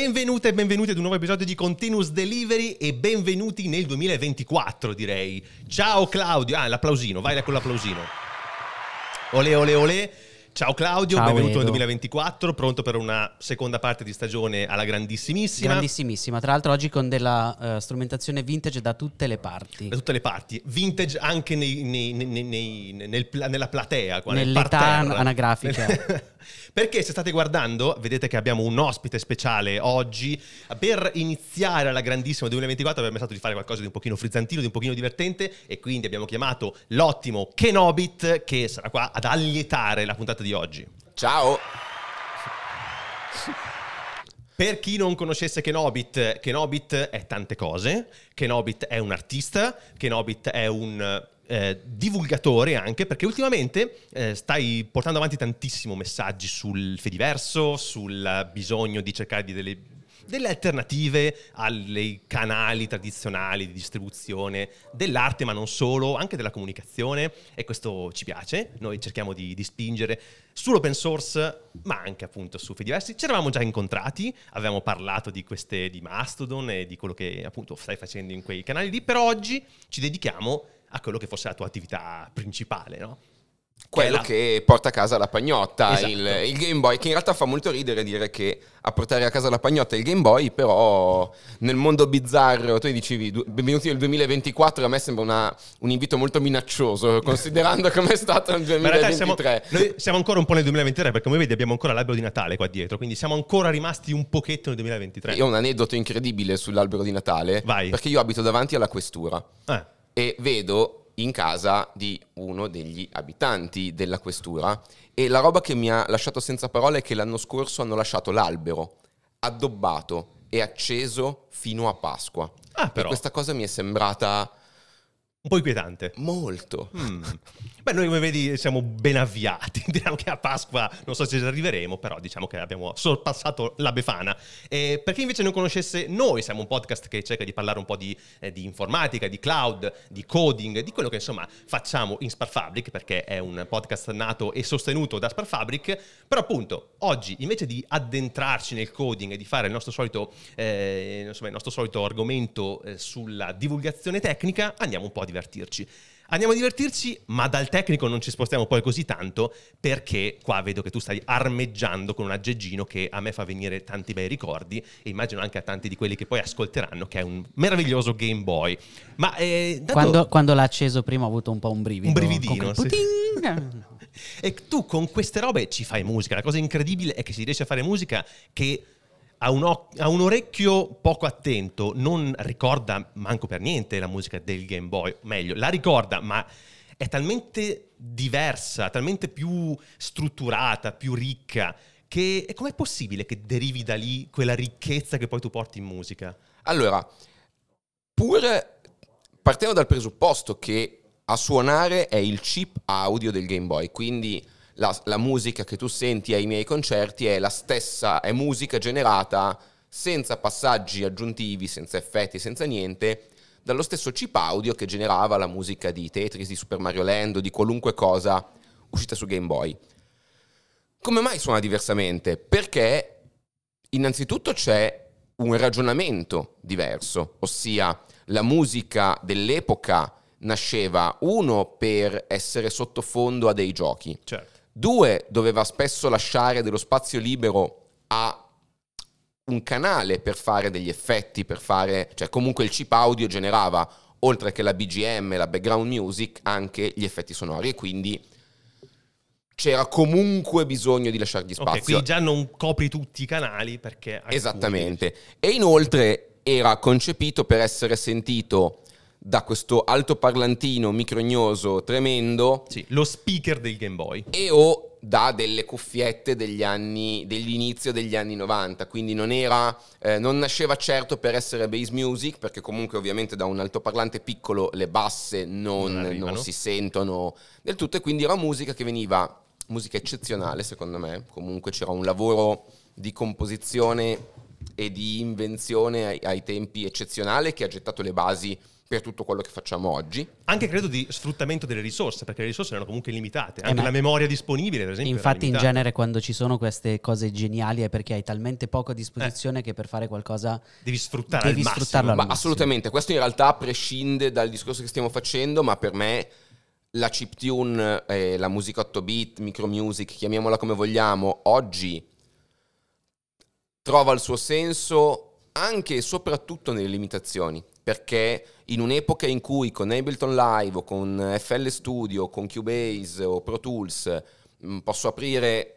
Benvenute e benvenuti ad un nuovo episodio di Continuous Delivery e benvenuti nel 2024, direi. Ciao Claudio, l'applausino, vai con l'applausino. Olè, olè, olè. Ciao Claudio, Ciao, benvenuto Edo. nel 2024, pronto per una seconda parte di stagione alla grandissimissima. Grandissimissima, tra l'altro oggi con della strumentazione vintage da tutte le parti. Da tutte le parti, vintage anche nella platea, qua, nel Nell'età parterre. anagrafica. Perché se state guardando, vedete che abbiamo un ospite speciale oggi. Per iniziare alla grandissima 2024 abbiamo pensato di fare qualcosa di un pochino frizzantino, di un pochino divertente, e quindi abbiamo chiamato l'ottimo Kenobit, che sarà qua ad allietare la puntata di oggi. Ciao! Per chi non conoscesse Kenobit, Kenobit è tante cose. Kenobit è un artista, Kenobit è un divulgatore anche, perché ultimamente stai portando avanti tantissimo messaggi sul Fediverso, sul bisogno di cercare delle alternative ai canali tradizionali di distribuzione dell'arte, ma non solo, anche della comunicazione, e questo ci piace. Noi cerchiamo di spingere sull'open source, ma anche appunto su Fediversi. Ci eravamo già incontrati, avevamo parlato di Mastodon e di quello che appunto stai facendo in quei canali lì, però oggi ci dedichiamo a quello che fosse la tua attività principale, no? Quello che porta a casa la pagnotta, Esatto. il Game Boy, che in realtà fa molto ridere dire che a portare a casa la pagnotta è il Game Boy, però nel mondo bizzarro, tu dicevi benvenuti nel 2024, a me sembra un invito molto minaccioso, considerando com'è stato nel Ma in realtà 2023. noi siamo ancora un po' nel 2023, perché come vedi abbiamo ancora l'albero di Natale qua dietro, quindi siamo ancora rimasti un pochetto nel 2023. Io ho un aneddoto incredibile sull'albero di Natale, Vai. perché io abito davanti alla questura Ah, e vedo in casa di uno degli abitanti della questura, e la roba che mi ha lasciato senza parole è che l'anno scorso hanno lasciato l'albero addobbato e acceso fino a Pasqua. E però questa cosa mi è sembrata un po' inquietante. molto. Beh, noi come vedi siamo ben avviati. Diciamo che a Pasqua non so se ci arriveremo, però diciamo che abbiamo sorpassato la Befana. E per chi invece non conoscesse noi, siamo un podcast che cerca di parlare un po' di informatica, di cloud, di coding, di quello che insomma facciamo in Sparfabric, perché è un podcast nato e sostenuto da Sparfabric. Però appunto oggi, invece di addentrarci nel coding e di fare il nostro solito argomento sulla divulgazione tecnica, andiamo un po' a divertirci. Andiamo a divertirci, ma dal tecnico non ci spostiamo poi così tanto, perché qua vedo che tu stai armeggiando con un aggeggino che a me fa venire tanti bei ricordi, e immagino anche a tanti di quelli che poi ascolteranno, che è un meraviglioso Game Boy. Ma Quando l'ha acceso prima ho avuto un po' un brivido. Un brividino, Con quel sì. puting. E tu con queste robe ci fai musica. La cosa incredibile è che si riesce a fare musica che a un orecchio poco attento non ricorda manco per niente la musica del Game Boy. Meglio, la ricorda, ma è talmente diversa, talmente più strutturata, più ricca, che com'è possibile che derivi da lì quella ricchezza che poi tu porti in musica? Allora, pur partendo dal presupposto che a suonare è il chip audio del Game Boy, quindi la musica che tu senti ai miei concerti è la stessa, è musica generata senza passaggi aggiuntivi, senza effetti, senza niente, dallo stesso chip audio che generava la musica di Tetris, di Super Mario Land o di qualunque cosa uscita su Game Boy. Come mai suona diversamente? Perché innanzitutto c'è un ragionamento diverso, ossia la musica dell'epoca nasceva, uno, per essere sottofondo a dei giochi. Certo. 2, doveva spesso lasciare dello spazio libero a un canale per fare degli effetti, cioè comunque il chip audio generava, oltre che la BGM, la background music, anche gli effetti sonori, e quindi c'era comunque bisogno di lasciargli spazio. Ok, quindi già non copri tutti i canali perché... Esattamente. E inoltre era concepito per essere sentito da questo altoparlantino micrognoso tremendo. Sì, lo speaker del Game Boy. E o da delle cuffiette dell'inizio degli anni 90, quindi non nasceva certo per essere bass music, perché comunque ovviamente da un altoparlante piccolo le basse non si sentono del tutto, e quindi era musica eccezionale secondo me. Comunque c'era un lavoro di composizione e di invenzione ai tempi eccezionale, che ha gettato le basi per tutto quello che facciamo oggi. Anche credo di sfruttamento delle risorse, perché le risorse erano comunque limitate. Anche ma- la memoria disponibile, per esempio, era Infatti in limitata. genere quando ci sono queste cose geniali è perché hai talmente poco a disposizione che per fare qualcosa Devi sfruttare devi al massimo. sfruttarlo al Ma massimo. assolutamente, questo in realtà prescinde dal discorso che stiamo facendo, ma per me la chiptune, la musica 8 bit, micro music, chiamiamola come vogliamo, oggi trova il suo senso anche e soprattutto nelle limitazioni, perché in un'epoca in cui con Ableton Live o con FL Studio, con Cubase o Pro Tools posso aprire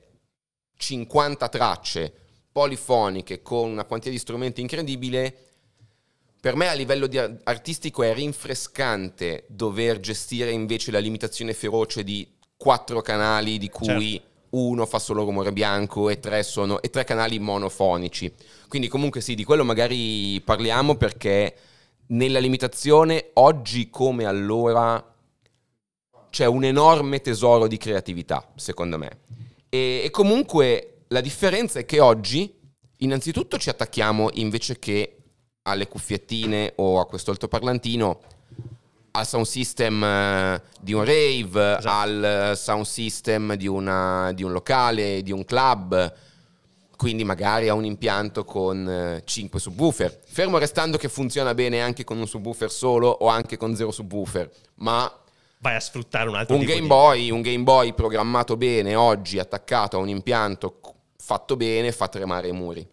50 tracce polifoniche con una quantità di strumenti incredibile, per me a livello artistico è rinfrescante dover gestire invece la limitazione feroce di 4 canali di cui uno fa solo rumore bianco e 3 canali monofonici. Quindi comunque sì, di quello magari parliamo, perché nella limitazione oggi come allora c'è un enorme tesoro di creatività, secondo me. E comunque la differenza è che oggi innanzitutto ci attacchiamo, invece che alle cuffiettine o a questo altoparlantino, al sound system di un rave, Esatto. al sound system di un locale, di un club, quindi magari a un impianto con 5 subwoofer, fermo restando che funziona bene anche con un subwoofer solo o anche con 0 subwoofer, ma Vai a sfruttare un altro un tipo Game Boy programmato bene oggi, attaccato a un impianto fatto bene, fa tremare i muri.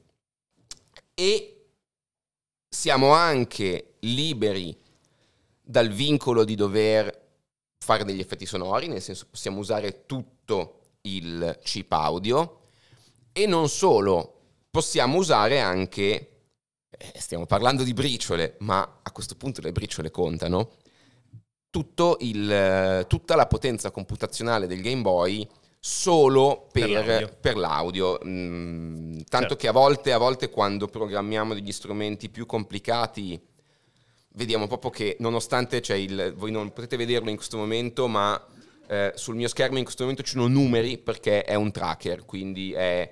E siamo anche liberi dal vincolo di dover fare degli effetti sonori, nel senso possiamo usare tutto il chip audio, e non solo, possiamo usare anche, stiamo parlando di briciole, ma a questo punto le briciole contano, tutta la potenza computazionale del Game Boy solo per l'audio. Tanto Certo. che a volte quando programmiamo degli strumenti più complicati vediamo proprio che, nonostante voi non potete vederlo in questo momento, ma sul mio schermo in questo momento ci sono numeri, perché è un tracker, quindi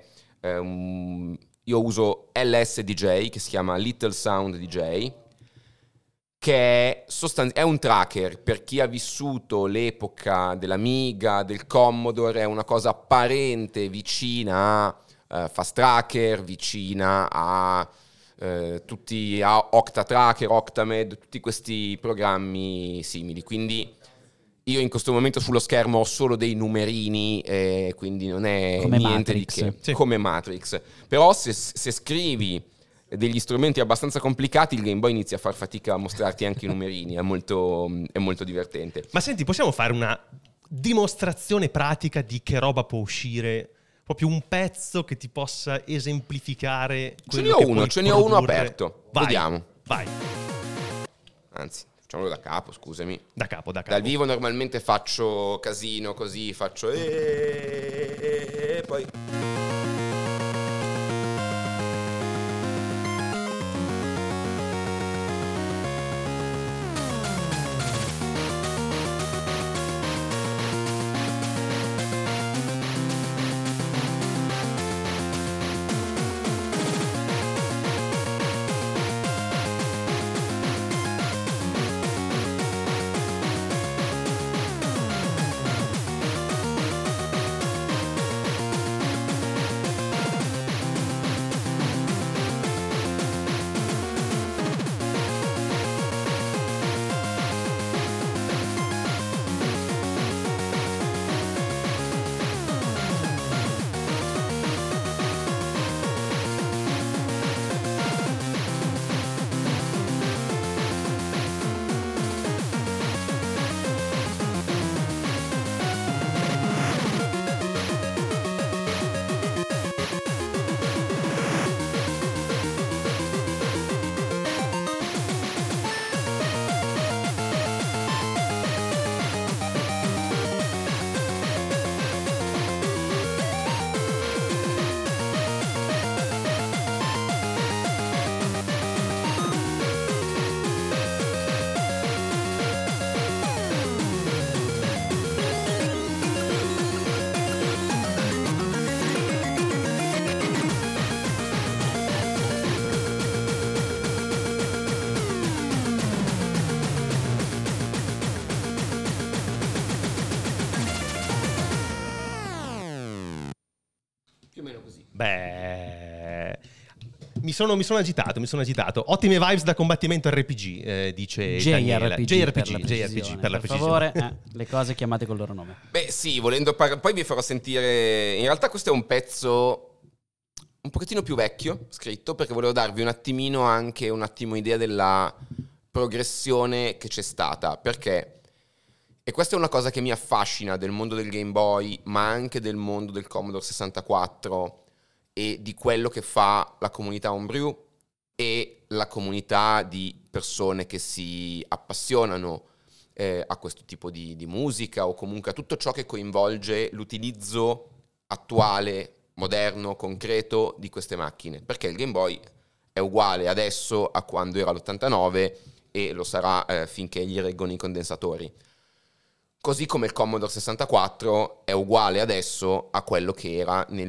io uso LSDJ, che si chiama Little Sound DJ, che è un tracker. Per chi ha vissuto l'epoca dell'Amiga, del Commodore, è una cosa apparente vicina a Fast Tracker, vicina a Octatracker, Octamed, tutti questi programmi simili. Quindi io in questo momento sullo schermo ho solo dei numerini, quindi non è Come niente Matrix. di che, Sì. come Matrix. Però se scrivi degli strumenti abbastanza complicati, il Game Boy inizia a far fatica a mostrarti anche i numerini, è molto divertente. Ma senti, possiamo fare una dimostrazione pratica di che roba può uscire? Proprio un pezzo che ti possa esemplificare quello che puoi Ce ne ho uno produrre? aperto. Vai, Vediamo. vai. Anzi, facciamolo da capo, scusami. Da capo. Dal vivo normalmente faccio casino così, faccio e poi... Beh, mi sono agitato. Ottime vibes da combattimento RPG, dice Daniela. JRPG per la precisione. favore, le cose chiamate col loro nome. Beh sì, volendo poi vi farò sentire. In realtà questo è un pezzo un pochettino più vecchio scritto, perché volevo darvi un attimo idea della progressione che c'è stata, perché e questa è una cosa che mi affascina del mondo del Game Boy, ma anche del mondo del Commodore 64 e di quello che fa la comunità homebrew e la comunità di persone che si appassionano a questo tipo di musica, o comunque a tutto ciò che coinvolge l'utilizzo attuale, moderno, concreto di queste macchine, perché il Game Boy è uguale adesso a quando era l'89 e lo sarà finché gli reggono i condensatori, così come il Commodore 64 è uguale adesso a quello che era nel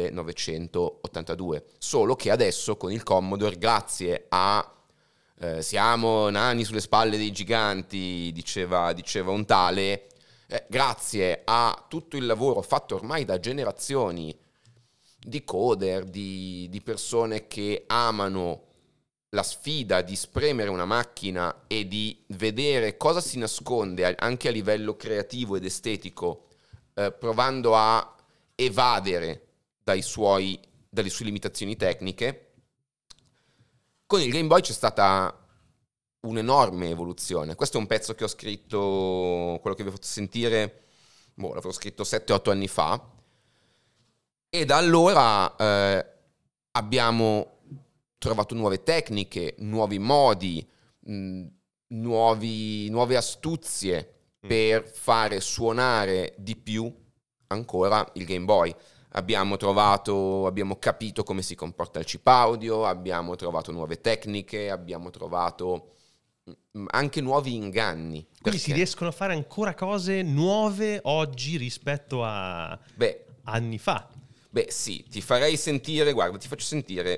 1982, solo che adesso con il Commodore, grazie a siamo nani sulle spalle dei giganti, diceva un tale, grazie a tutto il lavoro fatto ormai da generazioni di coder, di persone che amano la sfida di spremere una macchina e di vedere cosa si nasconde anche a livello creativo ed estetico, provando a evadere dalle sue limitazioni tecniche. Con il Game Boy c'è stata un'enorme evoluzione. Questo è un pezzo che ho scritto, quello che vi ho fatto sentire, l'avevo scritto 7-8 anni fa, e da allora abbiamo trovato nuove tecniche, nuovi modi, nuove astuzie per fare suonare di più ancora il Game Boy. Abbiamo capito come si comporta il chip audio, abbiamo trovato nuove tecniche, abbiamo trovato anche nuovi inganni. Quindi si riescono a fare ancora cose nuove oggi rispetto a anni fa. Beh sì, ti farei sentire, guarda, ti faccio sentire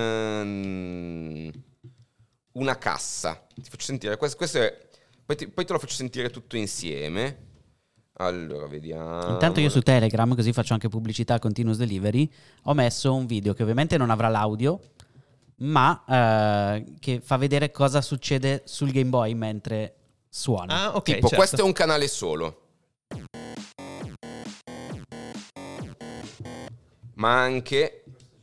una cassa. Ti faccio sentire, questo è, poi te lo faccio sentire tutto insieme. Allora, vediamo. Intanto io su Telegram, così faccio anche pubblicità a Continuous Delivery, ho messo un video che ovviamente non avrà l'audio, ma che fa vedere cosa succede sul Game Boy mentre suona. Ah, ok, tipo, certo. Questo è un canale solo. Ma anche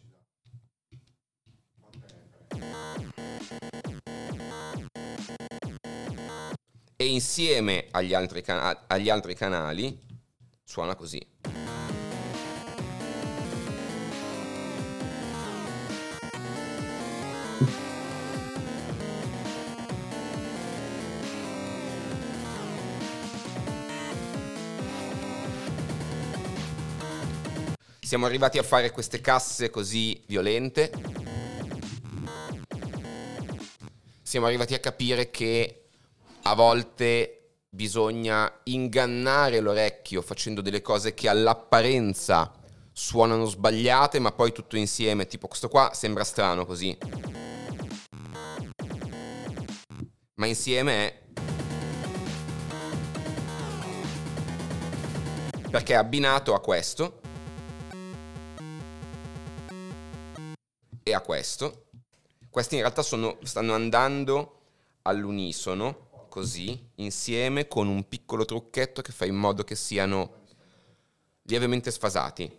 e insieme agli altri canali suona così. Siamo arrivati a fare queste casse così violente. Siamo arrivati a capire che a volte bisogna ingannare l'orecchio facendo delle cose che all'apparenza suonano sbagliate, ma poi tutto insieme, tipo questo qua sembra strano così, ma insieme è perché è abbinato a questo e a questo. Questi in realtà stanno andando all'unisono, così, insieme, con un piccolo trucchetto che fa in modo che siano lievemente sfasati.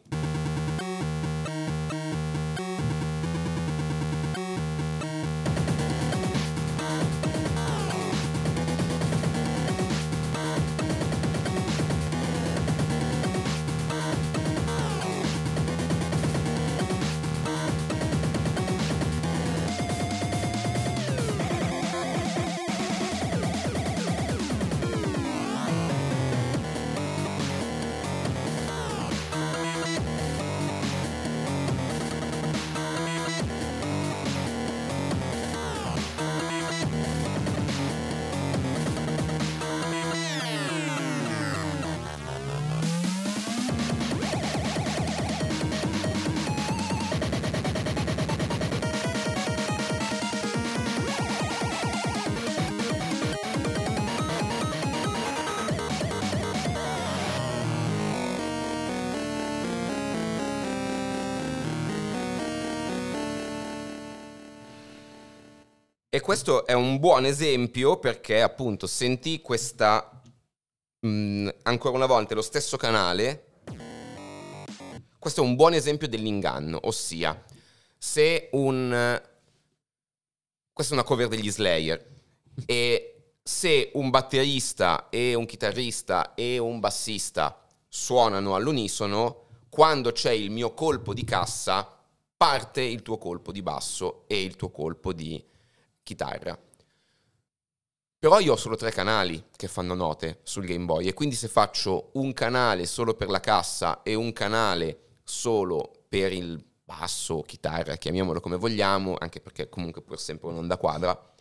E questo è un buon esempio perché appunto senti questa, ancora una volta, lo stesso canale. Questo è un buon esempio dell'inganno, ossia se questa è una cover degli Slayer, e se un batterista e un chitarrista e un bassista suonano all'unisono, quando c'è il mio colpo di cassa parte il tuo colpo di basso e il tuo colpo di chitarra. Però io ho solo 3 canali che fanno note sul Game Boy, e quindi se faccio un canale solo per la cassa e un canale solo per il basso, chitarra, chiamiamolo come vogliamo, anche perché comunque pur sempre un'onda quadra,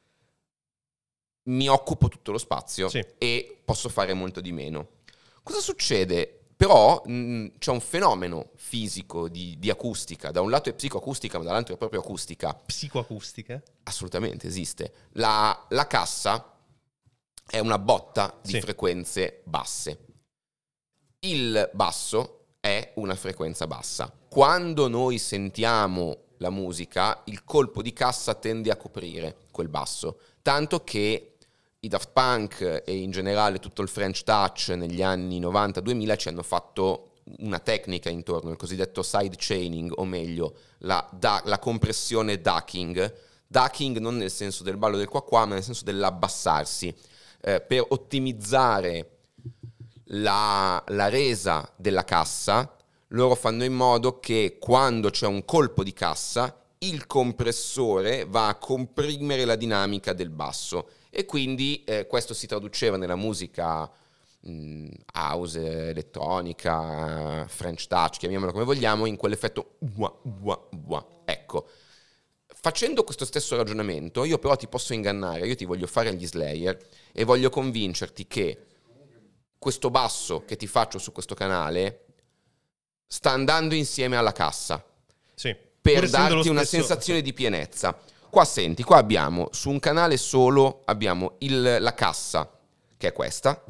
mi occupo tutto lo spazio, sì, e posso fare molto di meno. Cosa succede? Però c'è un fenomeno fisico di acustica, da un lato è psicoacustica, ma dall'altro è proprio acustica. Psicoacustica? Assolutamente esiste. La cassa è una botta di Sì. frequenze basse. Il basso è una frequenza bassa. Quando noi sentiamo la musica, il colpo di cassa tende a coprire quel basso, tanto che i Daft Punk e in generale tutto il French Touch negli anni 90-2000 ci hanno fatto una tecnica intorno, il cosiddetto side chaining, o meglio, la compressione ducking. Ducking non nel senso del ballo del qua qua, ma nel senso dell'abbassarsi, per ottimizzare la resa della cassa. Loro fanno in modo che quando c'è un colpo di cassa, il compressore va a comprimere la dinamica del basso, e quindi questo si traduceva nella musica house, elettronica, French touch, chiamiamola come vogliamo, in quell'effetto uah, uah, uah. Ecco, facendo questo stesso ragionamento, io però ti posso ingannare, io ti voglio fare gli Slayer e voglio convincerti che questo basso che ti faccio su questo canale sta andando insieme alla cassa, Sì. per darti una sensazione di pienezza. Qua senti, qua abbiamo su un canale solo abbiamo la cassa, che è questa,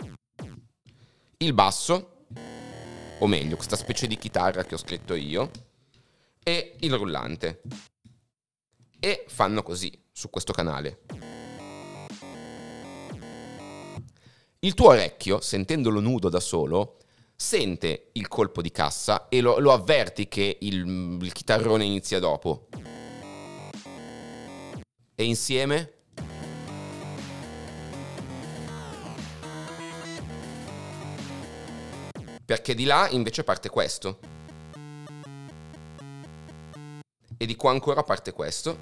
il basso, o meglio questa specie di chitarra che ho scritto io, e il rullante, e fanno così su questo canale. Il tuo orecchio, sentendolo nudo da solo, sente il colpo di cassa e lo avverti che il chitarrone inizia dopo. E insieme perché di là invece parte questo, e di qua ancora parte questo,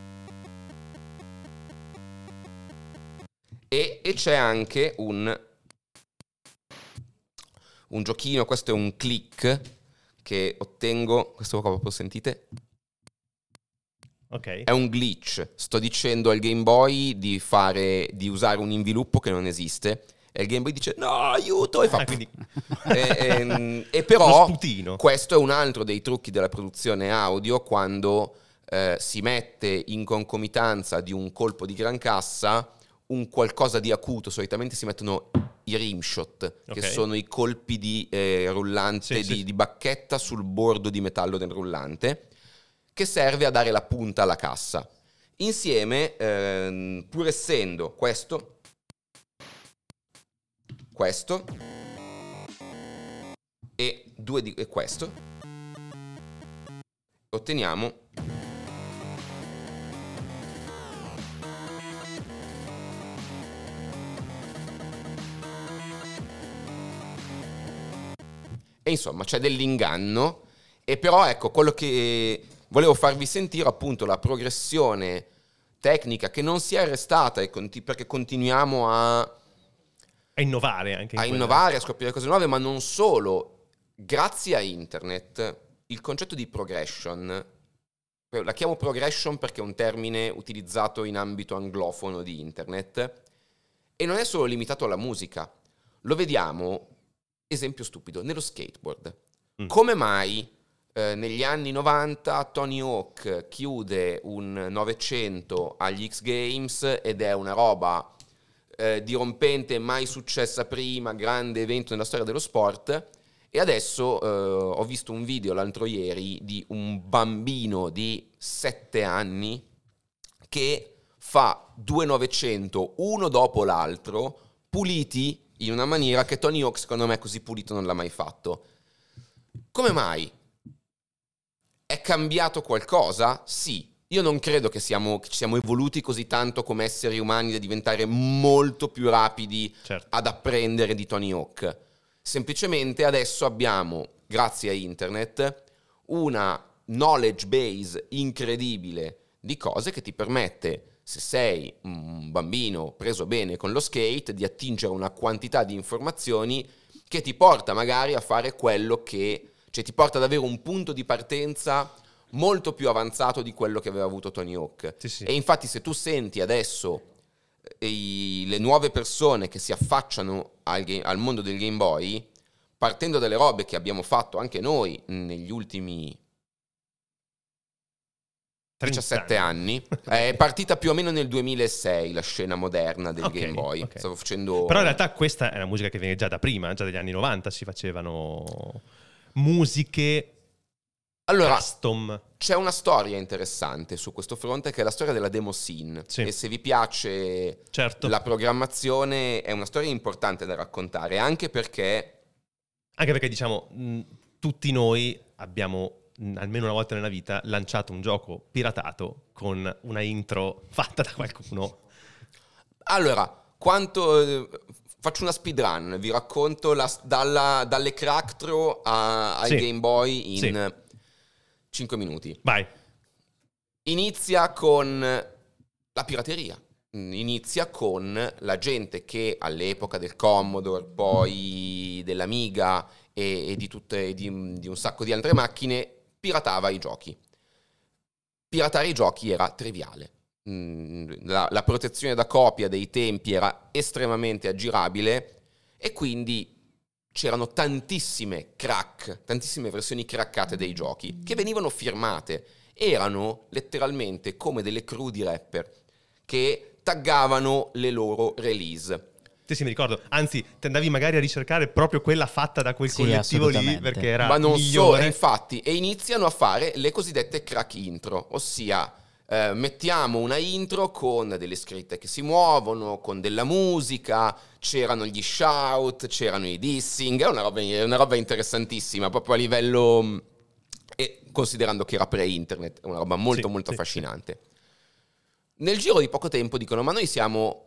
e c'è anche un giochino. Questo è un click che ottengo, questo qua proprio sentite? Ok. È un glitch. Sto dicendo al Game Boy di usare un inviluppo che non esiste, e il Game Boy dice no, aiuto, e fa Quindi e però lo sputino. questo è un altro dei trucchi della produzione audio, quando si mette in concomitanza di un colpo di gran cassa un qualcosa di acuto. Solitamente si mettono i rimshot, che sono i colpi di rullante, di bacchetta sul bordo di metallo del rullante, che serve a dare la punta alla cassa. Insieme, pur essendo questo e questo, otteniamo e insomma c'è dell'inganno. E però ecco, quello che volevo farvi sentire, appunto, la progressione tecnica che non si è arrestata, perché continuiamo a innovare anche a innovare, a scoprire cose nuove, ma non solo. Grazie a internet il concetto di progression, la chiamo progression perché è un termine utilizzato in ambito anglofono di internet, e non è solo limitato alla musica. Lo vediamo, esempio stupido, nello skateboard. Come mai negli anni 90 Tony Hawk chiude un 900 agli X Games ed è una roba dirompente, mai successa prima, grande evento nella storia dello sport, e adesso ho visto un video l'altro ieri di un bambino di 7 anni che fa 2 900 uno dopo l'altro, puliti in una maniera che Tony Hawk secondo me così pulito non l'ha mai fatto. Come mai? È cambiato qualcosa? Sì. Io non credo che ci siamo evoluti così tanto come esseri umani da diventare molto più rapidi ad apprendere di Tony Hawk. Semplicemente adesso abbiamo, grazie a internet, una knowledge base incredibile di cose che ti permette, se sei un bambino preso bene con lo skate, di attingere una quantità di informazioni che ti porta magari a fare quello che... cioè ti porta ad avere un punto di partenza molto più avanzato di quello che aveva avuto Tony Hawk. Sì. E infatti se tu senti adesso le nuove persone che si affacciano al mondo del Game Boy, partendo dalle robe che abbiamo fatto anche noi negli ultimi 17 anni, è partita più o meno nel 2006 la scena moderna del Game Boy. Okay. Stavo facendo... Però in realtà questa è una musica che viene già da prima, già dagli anni 90 si facevano musiche custom. C'è una storia interessante su questo fronte, che è la storia della demo scene. Sì. E se vi piace la programmazione, è una storia importante da raccontare, anche perché diciamo tutti noi abbiamo almeno una volta nella vita lanciato un gioco piratato con una intro fatta da qualcuno. Allora, faccio una speedrun, vi racconto dalle crack throw al Game Boy in 5 minuti. Vai. Inizia con la pirateria. Inizia con la gente che all'epoca del Commodore, poi dell'Amiga e di un sacco di altre macchine, piratava i giochi. Piratare i giochi era triviale. La protezione da copia dei tempi era estremamente aggirabile e quindi c'erano tantissime versioni craccate dei giochi che venivano firmate. Erano letteralmente come delle crew di rapper che taggavano le loro release. Sì, mi ricordo. Anzi, ti andavi magari a ricercare proprio quella fatta da quel collettivo lì, perché era ma non migliore. solo, infatti, e iniziano a fare le cosiddette crack intro, ossia mettiamo una intro con delle scritte che si muovono, con della musica, c'erano gli shout, c'erano i dissing, è una roba interessantissima, proprio a livello, e considerando che era pre-internet, è una roba molto affascinante. Nel giro di poco tempo dicono, ma noi siamo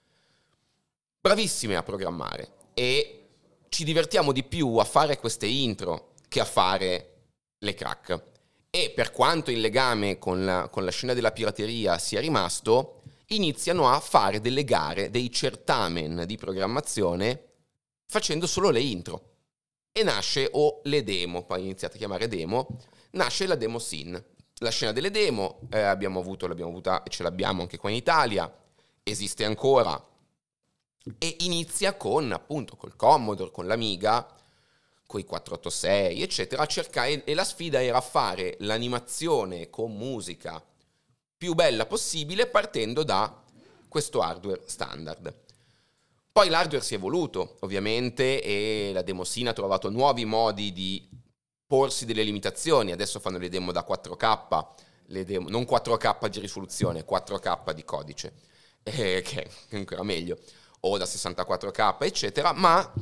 bravissimi a programmare e ci divertiamo di più a fare queste intro che a fare le crack. E per quanto il legame con la scena della pirateria sia rimasto, iniziano a fare delle gare, dei certamen di programmazione facendo solo le intro. E nasce, o le demo, poi iniziate a chiamare demo, nasce la demo scene. La scena delle demo l'abbiamo avuta e ce l'abbiamo anche qua in Italia, esiste ancora. E inizia appunto col Commodore, con l'Amiga, con i 486, eccetera, a cercare, e la sfida era fare l'animazione con musica più bella possibile partendo da questo hardware standard. Poi l'hardware si è evoluto, ovviamente, e la demo scene ha trovato nuovi modi di porsi delle limitazioni. Adesso fanno le demo da 4K, non 4K di risoluzione, 4K di codice, che è ancora meglio, o da 64K, eccetera, ma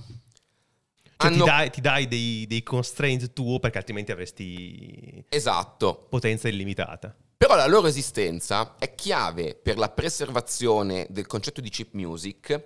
ti dai dei constraints tuo, perché altrimenti avresti potenza illimitata. Però la loro esistenza è chiave per la preservazione del concetto di chip music,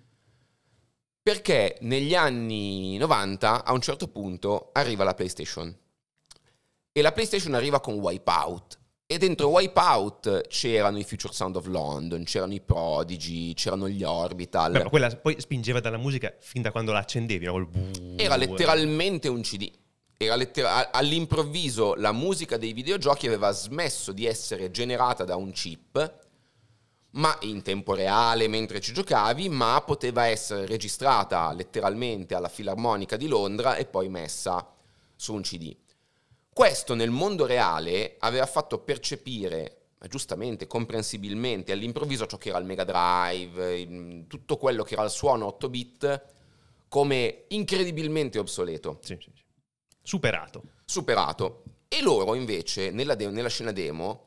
perché negli anni 90 a un certo punto arriva la PlayStation e la PlayStation arriva con Wipeout. E dentro Wipeout c'erano i Future Sound of London, c'erano i Prodigy, c'erano gli Orbital. Beh, ma quella poi spingeva dalla musica fin da quando la accendevi, no? Era letteralmente un CD. All'improvviso la musica dei videogiochi aveva smesso di essere generata da un chip, ma in tempo reale mentre ci giocavi, ma poteva essere registrata letteralmente alla Filarmonica di Londra e poi messa su un CD. Questo nel mondo reale aveva fatto percepire, giustamente, comprensibilmente, all'improvviso ciò che era il Mega Drive, tutto quello che era il suono 8-bit, come incredibilmente obsoleto. Sì. Superato. E loro invece, nella scena demo,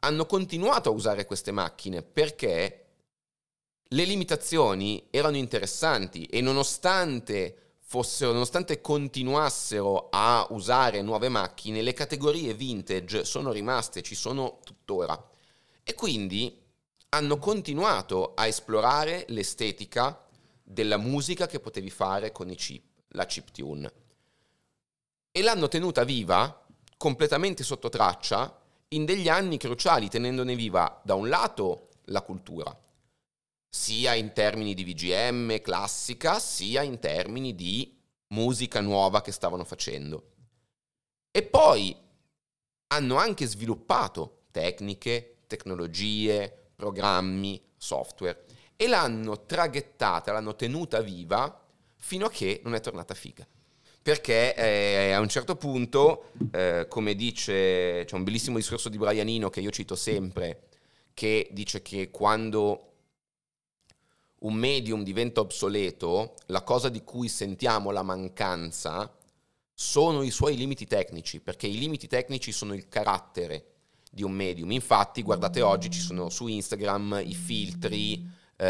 hanno continuato a usare queste macchine perché le limitazioni erano interessanti e nonostante continuassero a usare nuove macchine, le categorie vintage sono rimaste, ci sono tuttora. E quindi hanno continuato a esplorare l'estetica della musica che potevi fare con i chip, la chiptune. E l'hanno tenuta viva, completamente sotto traccia, in degli anni cruciali, tenendone viva da un lato la cultura, sia in termini di VGM classica, sia in termini di musica nuova che stavano facendo. E poi hanno anche sviluppato tecniche, tecnologie, programmi, software e l'hanno traghettata, l'hanno tenuta viva fino a che non è tornata figa. Perché a un certo punto, come dice, c'è un bellissimo discorso di Brian Eno che io cito sempre, che dice che quando un medium diventa obsoleto, la cosa di cui sentiamo la mancanza sono i suoi limiti tecnici, perché i limiti tecnici sono il carattere di un medium. Infatti, guardate oggi, ci sono su Instagram i filtri,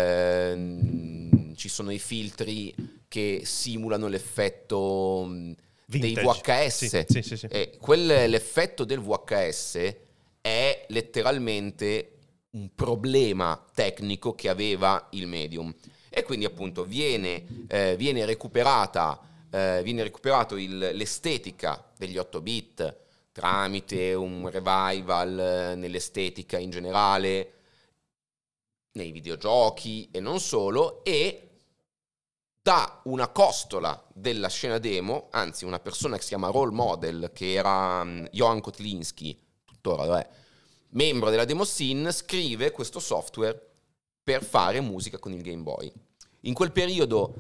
ci sono i filtri che simulano l'effetto dei VHS. Sì. L'effetto del VHS è letteralmente un problema tecnico che aveva il medium e quindi appunto viene recuperato l'estetica degli 8 bit tramite un revival nell'estetica in generale, nei videogiochi e non solo, e da una costola della scena demo, anzi una persona che si chiama Role Model, che era Johan Kotlinski, tuttora lo è, membro della demo scene, scrive questo software per fare musica con il Game Boy. In quel periodo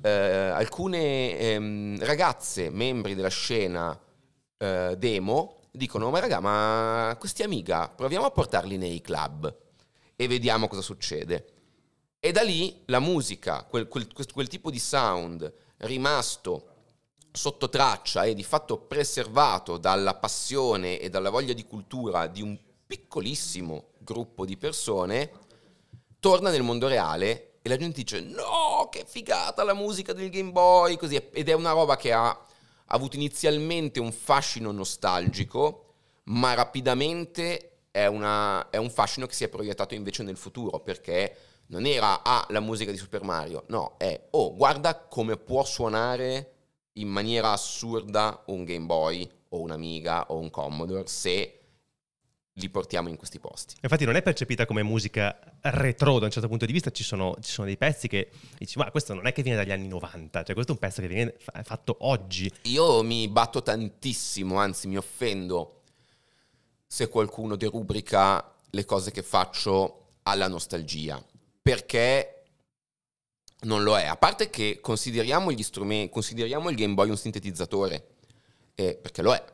alcune ragazze, membri della scena demo, dicono: ma raga, ma questi Amiga, proviamo a portarli nei club e vediamo cosa succede. E da lì la musica, quel tipo di sound rimasto sotto traccia e di fatto preservato dalla passione e dalla voglia di cultura di un piccolissimo gruppo di persone, torna nel mondo reale e la gente dice: no, che figata la musica del Game Boy, così. Ed è una roba che ha avuto inizialmente un fascino nostalgico, ma rapidamente è un fascino che si è proiettato invece nel futuro, perché non era la musica di Super Mario, no, è guarda come può suonare in maniera assurda un Game Boy o un Amiga o un Commodore se li portiamo in questi posti. Infatti non è percepita come musica retro da un certo punto di vista, ci sono dei pezzi che dici: ma questo non è che viene dagli anni 90, cioè questo è un pezzo che viene fatto oggi. Io mi batto tantissimo, anzi mi offendo se qualcuno derubrica le cose che faccio alla nostalgia, perché non lo è. A parte che consideriamo gli strumenti, consideriamo il Game Boy un sintetizzatore, perché lo è,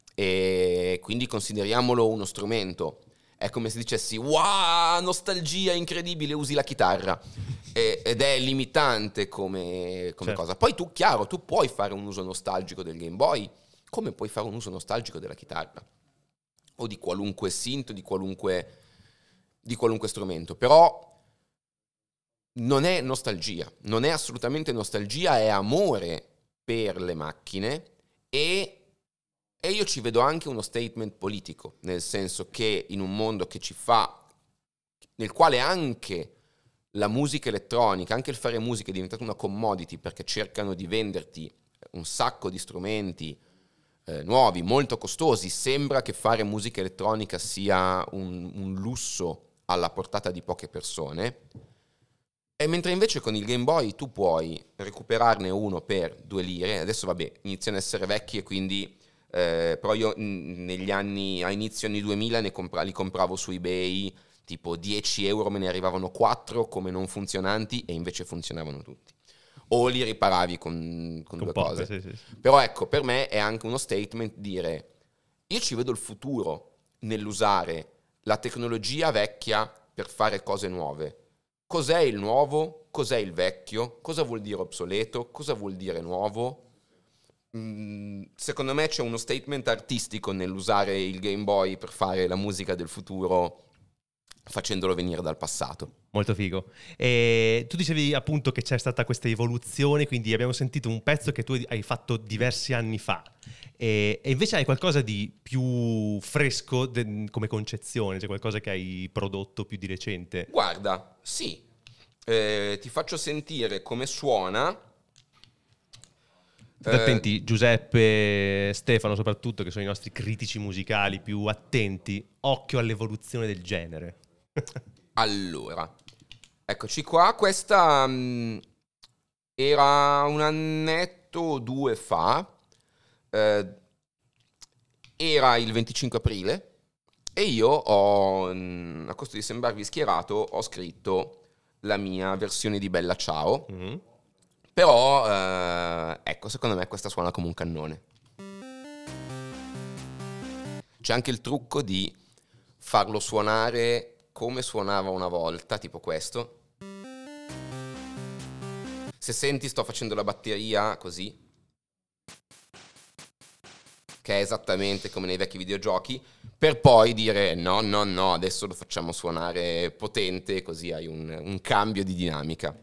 e quindi consideriamolo uno strumento. È come se dicessi: wow, nostalgia incredibile, usi la chitarra, ed è limitante come certo. Cosa. Poi tu puoi fare un uso nostalgico del Game Boy, come puoi fare un uso nostalgico della chitarra o di qualunque synth, di qualunque strumento. Però non è nostalgia, non è assolutamente nostalgia, è amore per le macchine e io ci vedo anche uno statement politico, nel senso che in un mondo nel quale anche la musica elettronica, anche il fare musica è diventato una commodity, perché cercano di venderti un sacco di strumenti nuovi, molto costosi. Sembra che fare musica elettronica sia un lusso alla portata di poche persone. E mentre invece con il Game Boy tu puoi recuperarne uno per 2 lire, adesso vabbè, iniziano a essere vecchi e quindi però io a inizio anni 2000 li compravo su eBay, tipo 10 euro me ne arrivavano 4 come non funzionanti e invece funzionavano tutti. O li riparavi con 2 cose. Sì. Però ecco, per me è anche uno statement dire: io ci vedo il futuro nell'usare la tecnologia vecchia per fare cose nuove. Cos'è il nuovo? Cos'è il vecchio? Cosa vuol dire obsoleto? Cosa vuol dire nuovo? secondo me c'è uno statement artistico nell'usare il Game Boy per fare la musica del futuro facendolo venire dal passato. Molto figo. E tu dicevi appunto che c'è stata questa evoluzione, quindi abbiamo sentito un pezzo che tu hai fatto diversi anni fa e invece hai qualcosa di più fresco come concezione, cioè qualcosa che hai prodotto più di recente. Guarda, sì, ti faccio sentire come suona. State attenti, Giuseppe, Stefano soprattutto, che sono i nostri critici musicali più attenti, occhio all'evoluzione del genere. Allora, eccoci qua, questa era un annetto o 2 fa, era il 25 aprile e io a costo di sembrarvi schierato, ho scritto la mia versione di Bella Ciao, però ecco, secondo me questa suona come un cannone. C'è anche il trucco di farlo suonare come suonava una volta, tipo questo. Se senti, sto facendo la batteria così, che è esattamente come nei vecchi videogiochi, per poi dire no, adesso lo facciamo suonare potente, così hai un cambio di dinamica.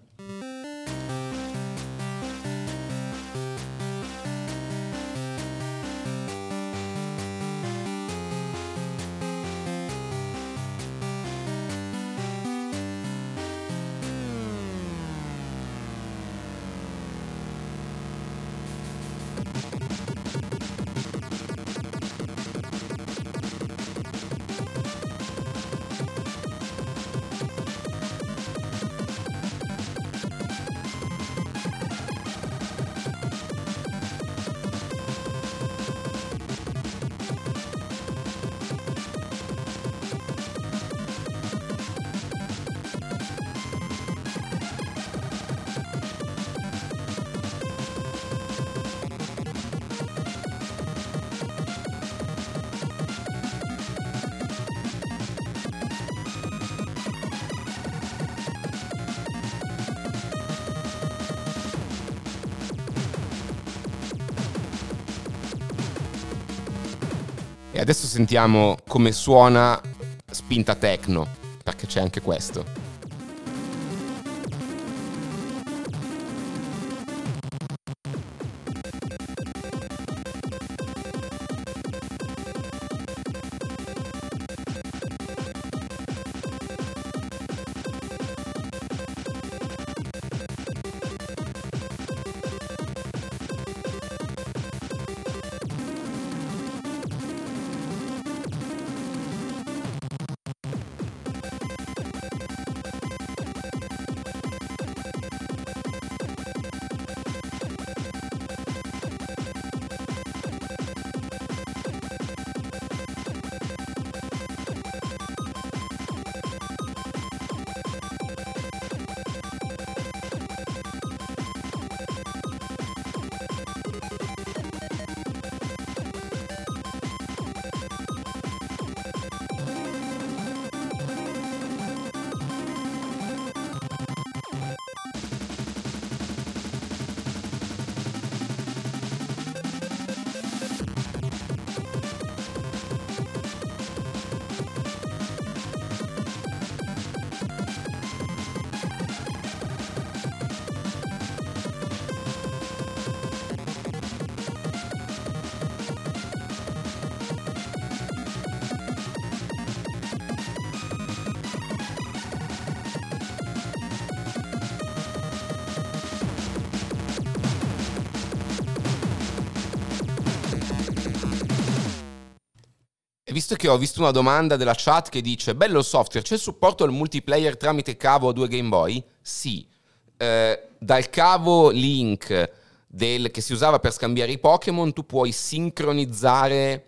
E adesso sentiamo come suona spinta techno, perché c'è anche questo. Visto che ho visto una domanda della chat che dice bello il software, c'è il supporto al multiplayer tramite cavo a 2 Game Boy? Sì, dal cavo Link che si usava per scambiare i Pokémon tu puoi sincronizzare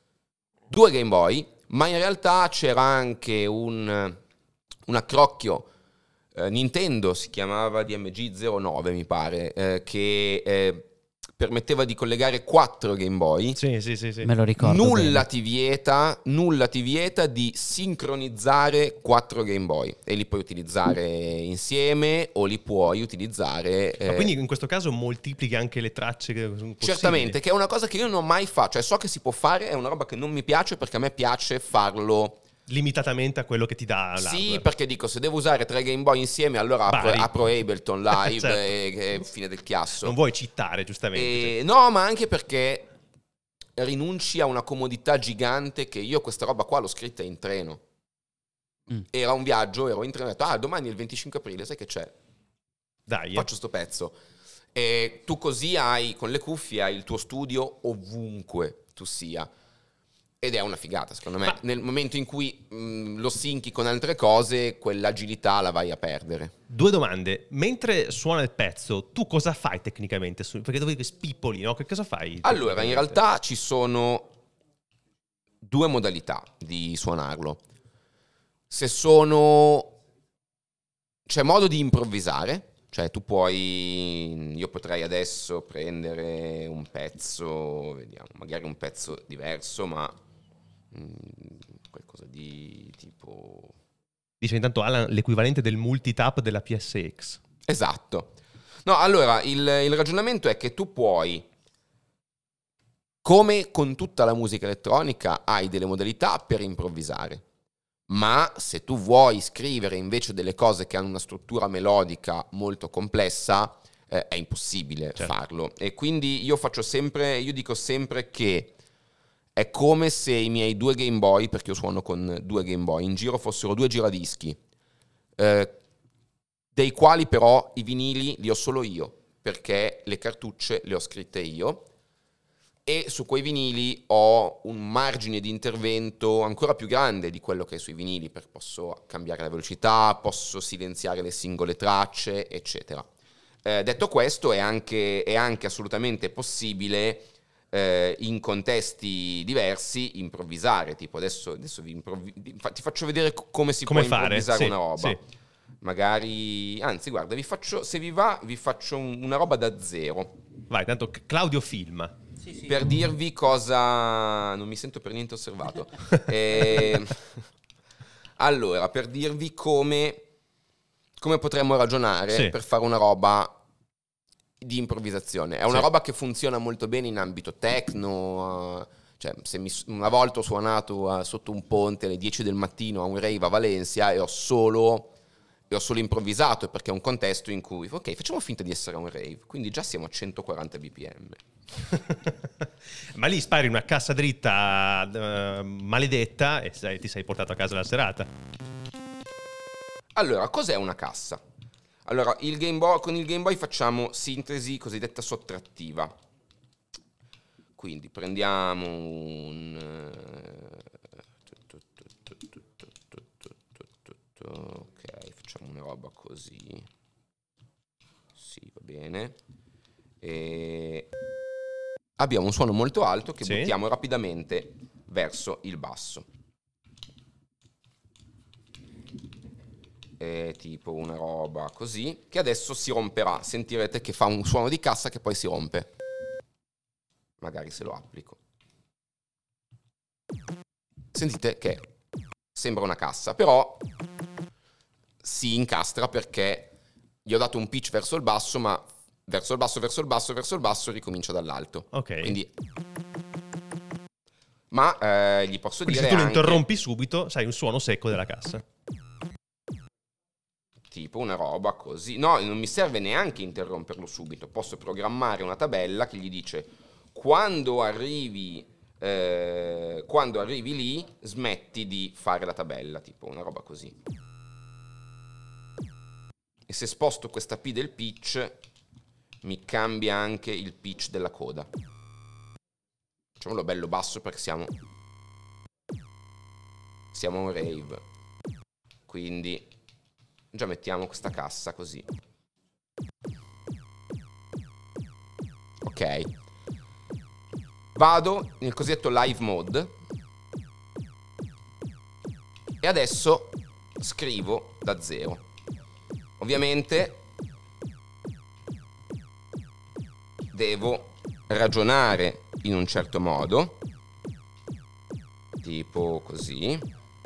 2 Game Boy, ma in realtà c'era anche un accrocchio Nintendo, si chiamava DMG09 mi pare, che permetteva di collegare 4 Game Boy. Sì. Me lo ricordo Nulla bene. ti vieta di sincronizzare 4 Game Boy e li puoi utilizzare insieme o li puoi utilizzare. Ma quindi in questo caso moltiplichi anche le tracce che sono possibili. Certamente, che è una cosa che io non ho mai fatto, cioè so che si può fare, è una roba che non mi piace perché a me piace farlo Limitatamente a quello che ti dà Sì, l'hardware. perché dico, se devo usare 3 Game Boy insieme, allora apro Ableton Live Certo. e fine del chiasso. Non vuoi cheatare, giustamente. No, ma anche perché rinunci a una comodità gigante che io questa roba qua l'ho scritta in treno. Era un viaggio, ero in treno e ho detto, domani è il 25 aprile, sai che c'è? Dai. Faccio sto pezzo. E tu così con le cuffie hai il tuo studio ovunque tu sia. Ed è una figata, secondo me. Nel momento in cui lo synchi con altre cose, quell'agilità la vai a perdere. 2 domande. Mentre suona il pezzo, tu cosa fai tecnicamente? Perché dove spippoli, no? Che cosa fai? Allora, in realtà ci sono 2 modalità di suonarlo. C'è modo di improvvisare, cioè io potrei adesso prendere un pezzo, vediamo, magari un pezzo diverso, ma qualcosa di tipo... Dice intanto Alan l'equivalente del multitap della PSX. Esatto. No, allora, il ragionamento è che tu puoi, come con tutta la musica elettronica, hai delle modalità per improvvisare. Ma se tu vuoi scrivere invece delle cose che hanno una struttura melodica molto complessa, è impossibile farlo. E quindi io dico sempre che è come se i miei 2 Game Boy, perché io suono con 2 Game Boy, in giro fossero 2 giradischi, dei quali però i vinili li ho solo io, perché le cartucce le ho scritte io. E su quei vinili ho un margine di intervento ancora più grande di quello che è sui vinili, perché posso cambiare la velocità, posso silenziare le singole tracce, eccetera. Detto questo, è anche assolutamente possibile in contesti diversi improvvisare. Tipo adesso ti faccio vedere come si può improvvisare una roba. Sì. Magari, anzi guarda, se vi va, vi faccio una roba da zero. Vai, tanto Claudio filma. Sì. Per dirvi cosa... Non mi sento per niente osservato. Allora, per dirvi come potremmo ragionare per fare una roba di improvvisazione. È una roba che funziona molto bene in ambito techno. Cioè, una volta ho suonato sotto un ponte alle 10 del mattino a un rave a Valencia e ho solo improvvisato, perché è un contesto in cui, ok, facciamo finta di essere a un rave, quindi già siamo a 140 bpm. Ma lì spari una cassa dritta maledetta e ti sei portato a casa la serata. Allora, cos'è una cassa? Allora, con il Game Boy facciamo sintesi cosiddetta sottrattiva. Quindi prendiamo ok, facciamo una roba così. Sì, va bene. E abbiamo un suono molto alto che buttiamo rapidamente verso il basso. È tipo una roba così, che adesso si romperà. Sentirete che fa un suono di cassa che poi si rompe. Magari se lo applico. Sentite che sembra una cassa, però si incastra perché gli ho dato un pitch verso il basso, ma verso il basso ricomincia dall'alto. Ok. Quindi, ma gli posso quindi dire se tu lo anche, interrompi subito, sai un suono secco della cassa. tipo una roba così. No, non mi serve neanche interromperlo subito. Posso programmare una tabella che gli dice quando arrivi lì smetti di fare la tabella, tipo una roba così. E se sposto questa P del pitch mi cambia anche il pitch della coda. Facciamolo bello basso perché siamo un rave. Quindi già mettiamo questa cassa così. Ok. Vado nel cosiddetto live mode e adesso scrivo da zero. Ovviamente devo ragionare in un certo modo, tipo così.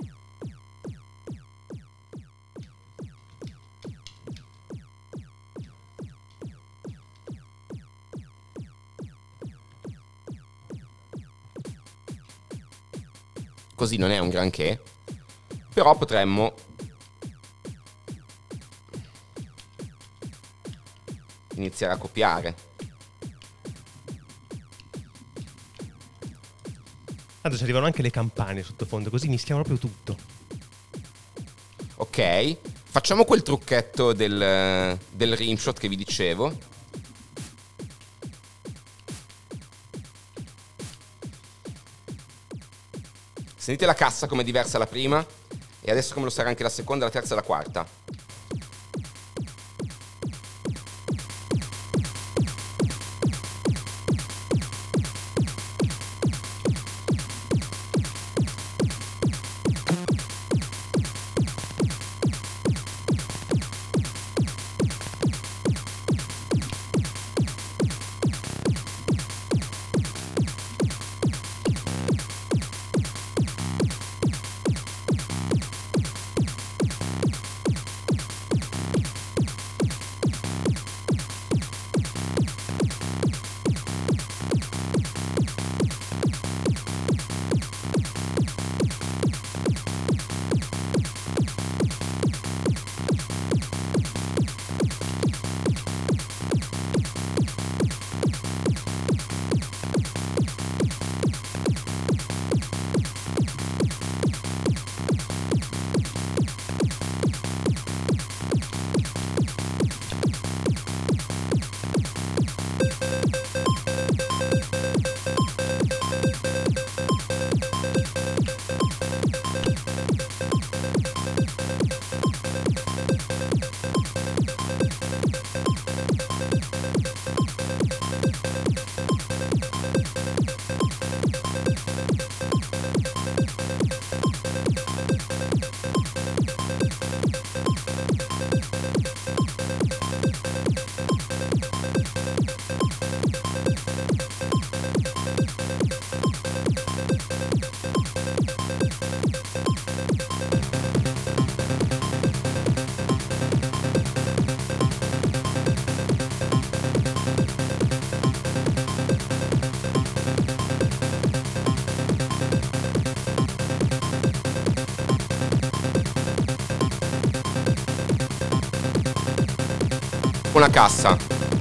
Così non è un granché, però potremmo iniziare a copiare. Tanto ci arrivano anche le campane sottofondo, così mischiamo proprio tutto. Ok, facciamo quel trucchetto del rimshot che vi dicevo. Sentite la cassa come è diversa la prima e adesso come lo sarà anche la seconda, la terza e la quarta. Una cassa.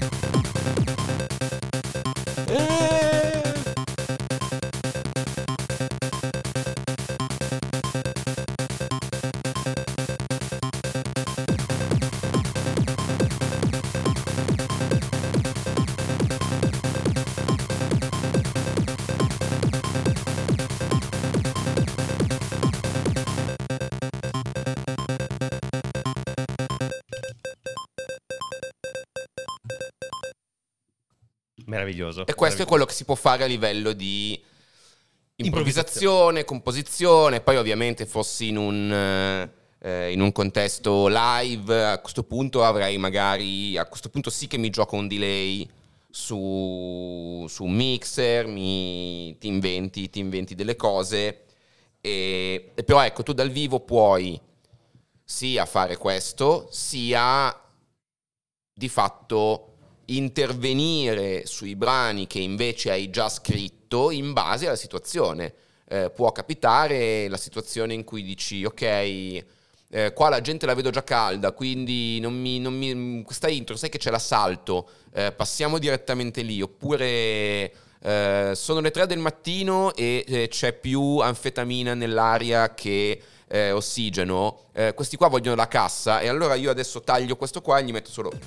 Meraviglioso. E questo è quello che si può fare a livello di improvvisazione, composizione. Poi ovviamente fossi in un contesto live, a questo punto avrei magari, a questo punto sì che mi gioco un delay su un mixer, ti inventi delle cose. E però ecco, tu dal vivo puoi sia fare questo, sia di fatto intervenire sui brani che invece hai già scritto in base alla situazione. Può capitare la situazione in cui dici ok, qua la gente la vedo già calda, quindi questa intro, sai che c'è l'assalto, passiamo direttamente lì, oppure sono le 3 del mattino e c'è più anfetamina nell'aria che ossigeno, questi qua vogliono la cassa e allora io adesso taglio questo qua e gli metto solo...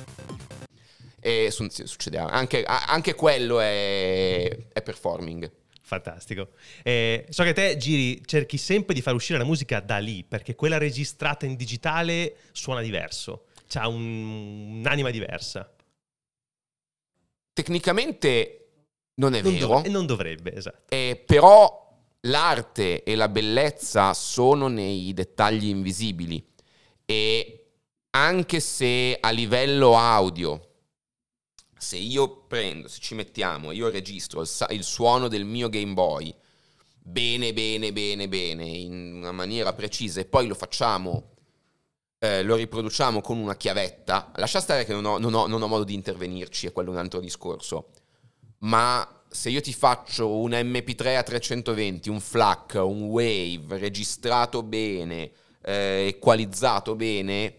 E succede anche quello è performing. Fantastico. So che te cerchi sempre di far uscire la musica da lì, perché quella registrata in digitale suona diverso, c'ha un'anima diversa. Tecnicamente non è vero. Non dovrebbe, esatto. Però l'arte e la bellezza sono nei dettagli invisibili, e anche se a livello audio se ci mettiamo, io registro il suono del mio Game Boy bene, in una maniera precisa, e poi lo facciamo, lo riproduciamo con una chiavetta, lascia stare che non ho modo di intervenirci, è quello un altro discorso, ma se io ti faccio un MP3 a 320, un FLAC, un WAV, registrato bene, equalizzato bene,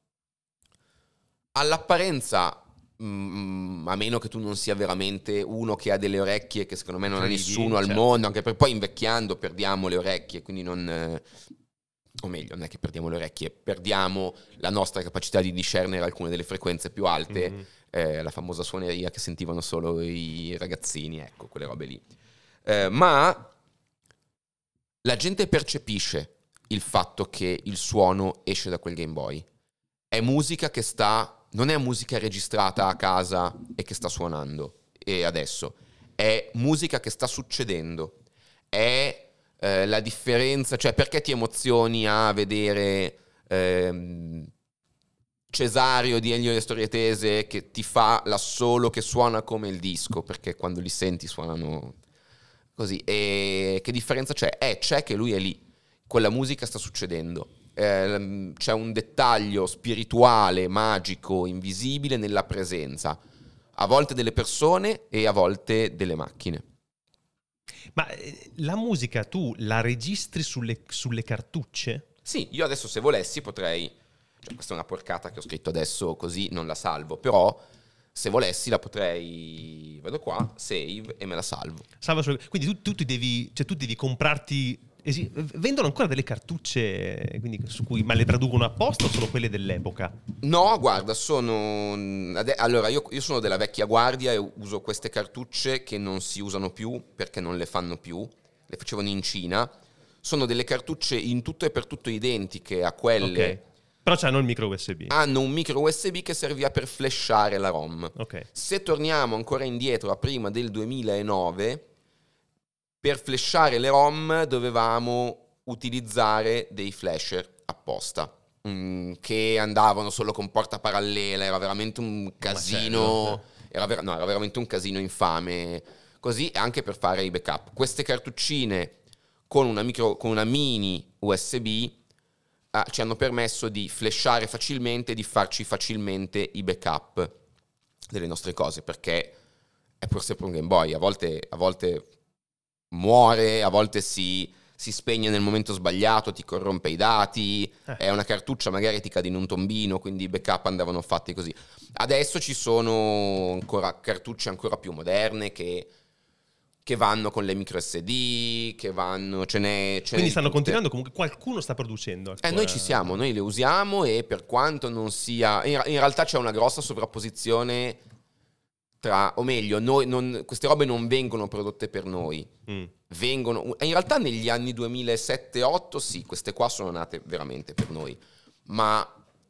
all'apparenza, a meno che tu non sia veramente uno che ha delle orecchie, che secondo me non ha nessuno al mondo, anche perché poi invecchiando perdiamo le orecchie, quindi o meglio, non è che perdiamo le orecchie, perdiamo la nostra capacità di discernere alcune delle frequenze più alte, la famosa suoneria che sentivano solo i ragazzini, ecco, quelle robe lì. Ma la gente percepisce il fatto che il suono esce da quel Game Boy. È musica che non è musica registrata a casa e che sta suonando e adesso, è musica che sta succedendo, è la differenza, cioè perché ti emozioni a vedere Cesario di Ennio e le Storie Tese che ti fa l'assolo che suona come il disco, perché quando li senti suonano così, e che differenza c'è? C'è che lui è lì, quella musica sta succedendo. C'è un dettaglio spirituale, magico, invisibile nella presenza, a volte delle persone e a volte delle macchine. Ma la musica tu la registri sulle cartucce? Sì, io adesso se volessi potrei, cioè questa è una porcata che ho scritto adesso così non la salvo, però se volessi la potrei, vado qua, save e me la salvo. Quindi tu devi comprarti. Vendono ancora delle cartucce, quindi ma le traducono apposta o sono quelle dell'epoca? No, guarda, allora io sono della vecchia guardia e uso queste cartucce che non si usano più perché non le fanno più, le facevano in Cina. Sono delle cartucce in tutto e per tutto identiche a quelle. Okay. Però c'hanno il micro USB. Hanno un micro USB che serviva per flashare la ROM. Okay. Se torniamo ancora indietro a prima del 2009, per flashare le ROM dovevamo utilizzare dei flasher apposta, che andavano solo con porta parallela, era veramente un casino, era veramente un casino infame, così, anche per fare i backup. Queste cartuccine con una mini USB ci hanno permesso di flashare facilmente, di farci facilmente i backup delle nostre cose, perché è pur sempre un Game Boy, a volte muore, a volte si spegne nel momento sbagliato, ti corrompe i dati, è una cartuccia, magari ti cade in un tombino, quindi i backup andavano fatti così. Adesso ci sono ancora cartucce ancora più moderne che vanno con le micro SD, che vanno, quindi stanno continuando, comunque qualcuno sta producendo. Noi ci siamo, noi le usiamo, e per quanto non sia, in realtà c'è una grossa sovrapposizione o meglio, queste robe non vengono prodotte per noi, vengono, in realtà negli anni 2007-2008 sì, queste qua sono nate veramente per noi, ma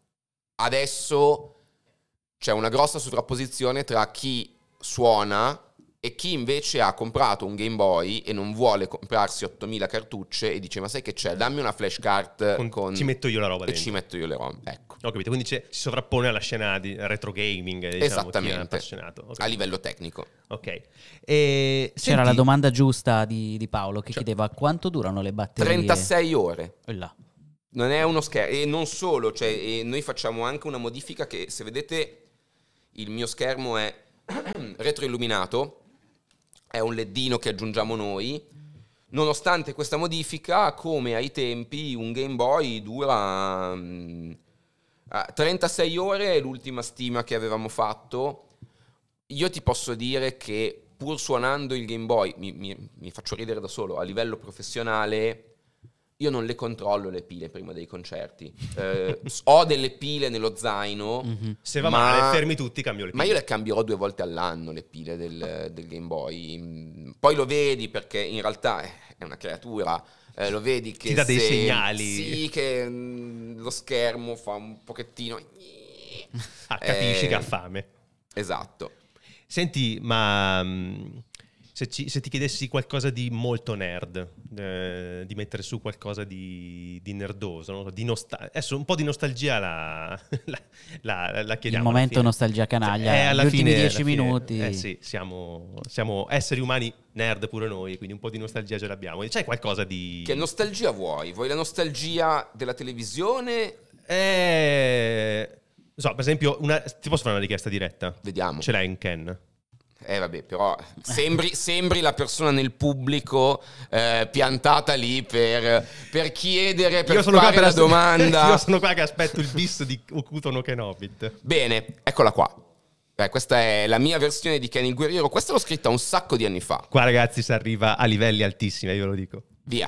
adesso c'è una grossa sovrapposizione tra chi suona e chi invece ha comprato un Game Boy e non vuole comprarsi 8000 cartucce e dice: ma sai che c'è? Dammi una flashcard ci metto io la roba dentro. Ci metto io le ROM, ecco. Ho capito, quindi si sovrappone alla scena di retro gaming, diciamo, esattamente, okay, a livello tecnico. Ok. C'era la domanda giusta di Paolo che chiedeva quanto durano le batterie. 36 ore. Là. Non è uno schermo, e non solo, e noi facciamo anche una modifica che, se vedete, il mio schermo è retroilluminato, è un leddino che aggiungiamo noi. Nonostante questa modifica, come ai tempi, un Game Boy dura 36 ore, è l'ultima stima che avevamo fatto. Io ti posso dire che pur suonando il Game Boy, mi faccio ridere da solo, a livello professionale, io non le controllo le pile prima dei concerti. Ho delle pile nello zaino. Se va male, fermi tutti, cambio le pile. Ma io le cambierò 2 volte all'anno, le pile del Game Boy. Poi lo vedi, perché in realtà è una creatura. Lo vedi che ti dà dei segnali. Sì, che lo schermo fa un pochettino. Capisci che ha fame. Esatto. Senti, ma Se ti chiedessi qualcosa di molto nerd, di mettere su qualcosa di nerdoso, no? Adesso un po' di nostalgia la chiediamo. Il momento nostalgia canaglia, alla gli ultimi fine, 10 minuti. Sì, siamo esseri umani nerd pure noi, quindi un po' di nostalgia ce l'abbiamo. C'è qualcosa di... Che nostalgia vuoi? Vuoi la nostalgia della televisione? Non so, per esempio, ti posso fare una richiesta diretta? Vediamo. Ce l'hai in Ken? Vabbè, però sembri la persona nel pubblico piantata lì per chiedere, per fare la domanda. Io sono qua che aspetto il bis di Hokuto no Kenobit. Bene, eccola qua. Questa è la mia versione di Ken il Guerriero. Questa l'ho scritta un sacco di anni fa. Qua ragazzi si arriva a livelli altissimi, io ve lo dico. Via.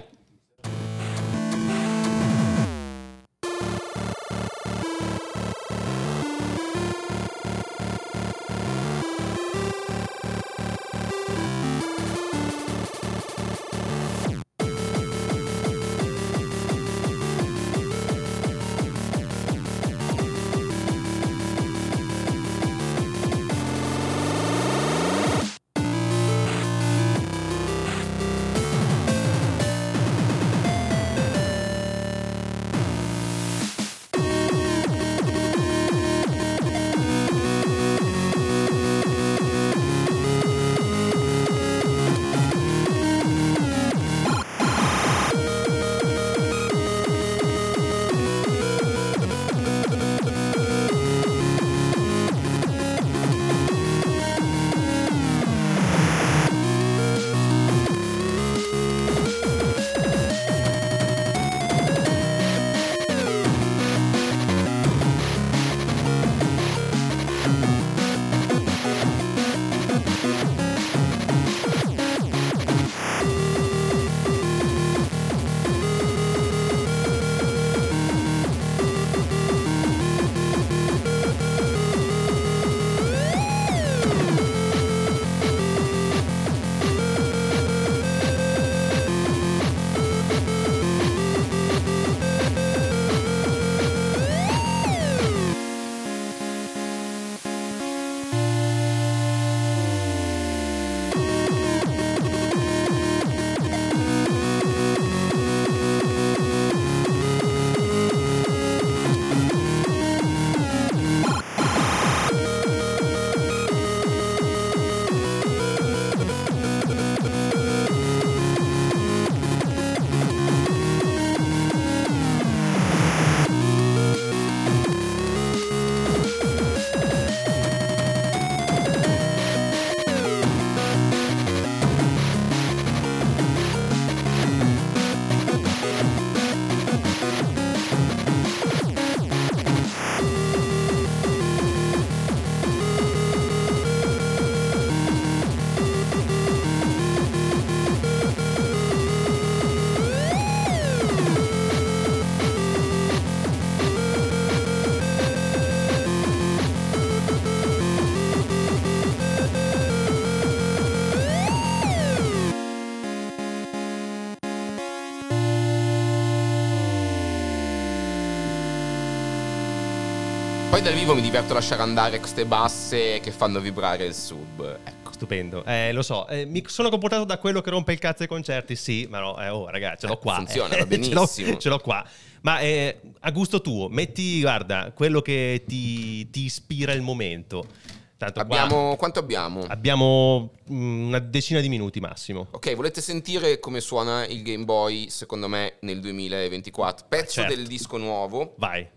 Poi dal vivo mi diverto a lasciare andare queste basse che fanno vibrare il sub. Ecco. Stupendo, lo so, mi sono comportato da quello che rompe il cazzo ai concerti, sì, ma no, ragazzi, ce l'ho qua. Funziona, va benissimo. ce l'ho qua. Ma a gusto tuo, metti, guarda, quello che ti ispira il momento. Tanto quanto abbiamo? Abbiamo una decina di minuti massimo. Ok, volete sentire come suona il Game Boy, secondo me, nel 2024? Pezzo certo. del disco nuovo. Vai.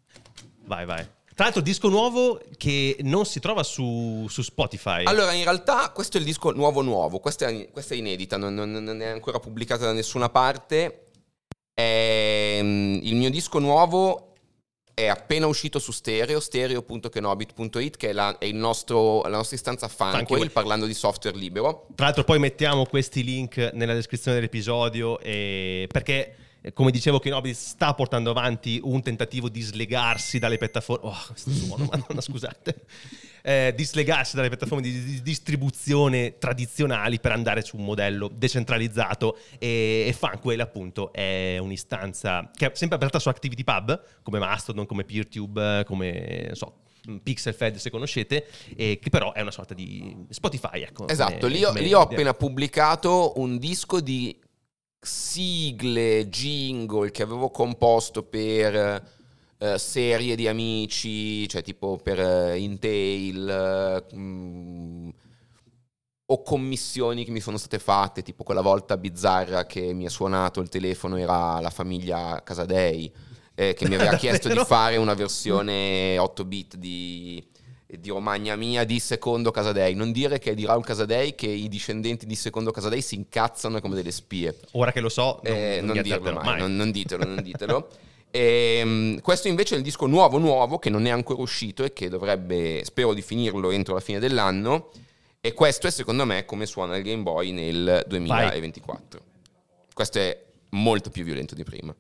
Tra l'altro disco nuovo che non si trova su Spotify. Allora, in realtà questo è il disco nuovo. Questa è inedita, non è ancora pubblicata da nessuna parte. Il mio disco nuovo è appena uscito su stereo.kenobit.it, che è la nostra istanza Funkwell, parlando di software libero. Tra l'altro poi mettiamo questi link nella descrizione dell'episodio, perché come dicevo Kenobit sta portando avanti un tentativo di slegarsi dalle piattaforme questo suono, madonna, scusate, di slegarsi dalle piattaforme di distribuzione tradizionali per andare su un modello decentralizzato, e Funkwell appunto è un'istanza che è sempre aperta su ActivityPub, come Mastodon, come PeerTube, come non so, Pixel Fed, se conoscete, e che però è una sorta di Spotify, ecco. Esatto, lì ho appena pubblicato un disco di sigle, jingle che avevo composto per serie di amici, cioè tipo per Intel, o commissioni che mi sono state fatte, tipo quella volta bizzarra che mi ha suonato il telefono, era la famiglia Casadei, che mi aveva chiesto di fare una versione 8 bit di Romagna Mia di Secondo Casadei. Non dire che è di Raul Casadei, che i discendenti di Secondo Casadei si incazzano come delle spie. Ora che lo so, non dirlo mai. Non ditelo. Questo invece è il disco nuovo che non è ancora uscito e che dovrebbe, spero di finirlo entro la fine dell'anno, e questo è secondo me come suona il Game Boy nel 2024. Questo è molto più violento di prima.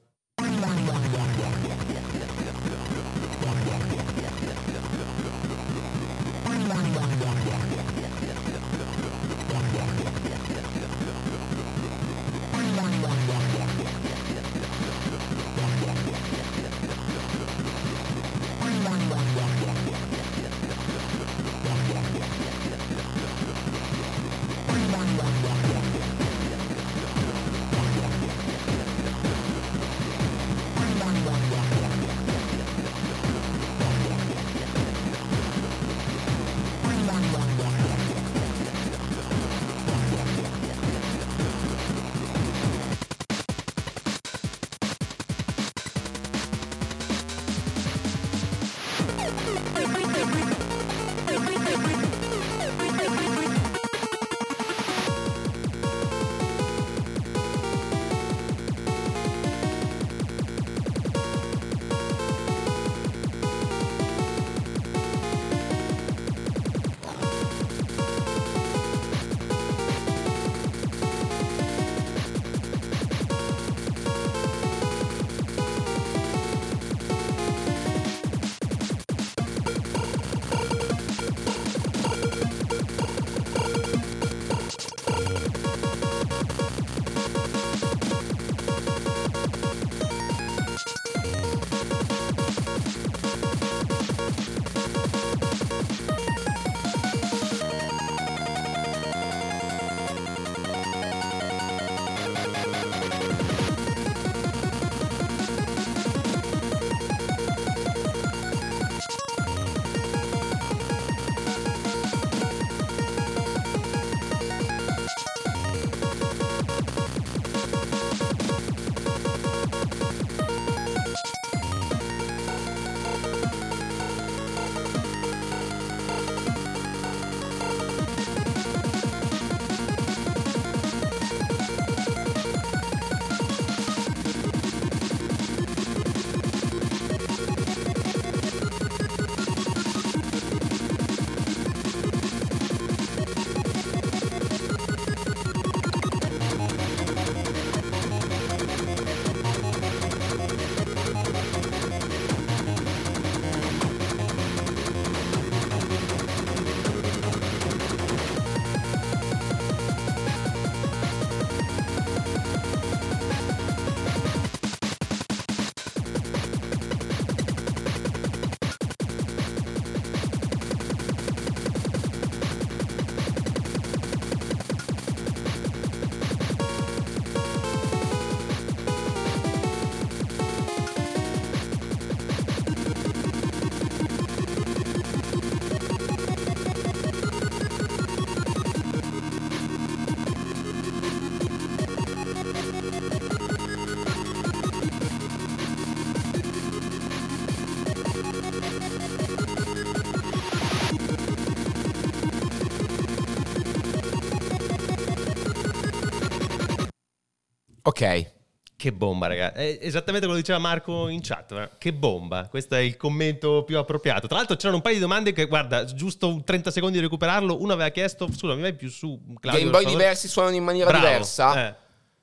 Ok. Che bomba, raga. È esattamente quello che diceva Marco in chat. Che bomba. Questo è il commento più appropriato. Tra l'altro c'erano un paio di domande che, guarda, giusto 30 secondi di recuperarlo. Uno aveva chiesto, scusa, mi vai più su, Claudio, Game Boy diversi suonano in maniera diversa?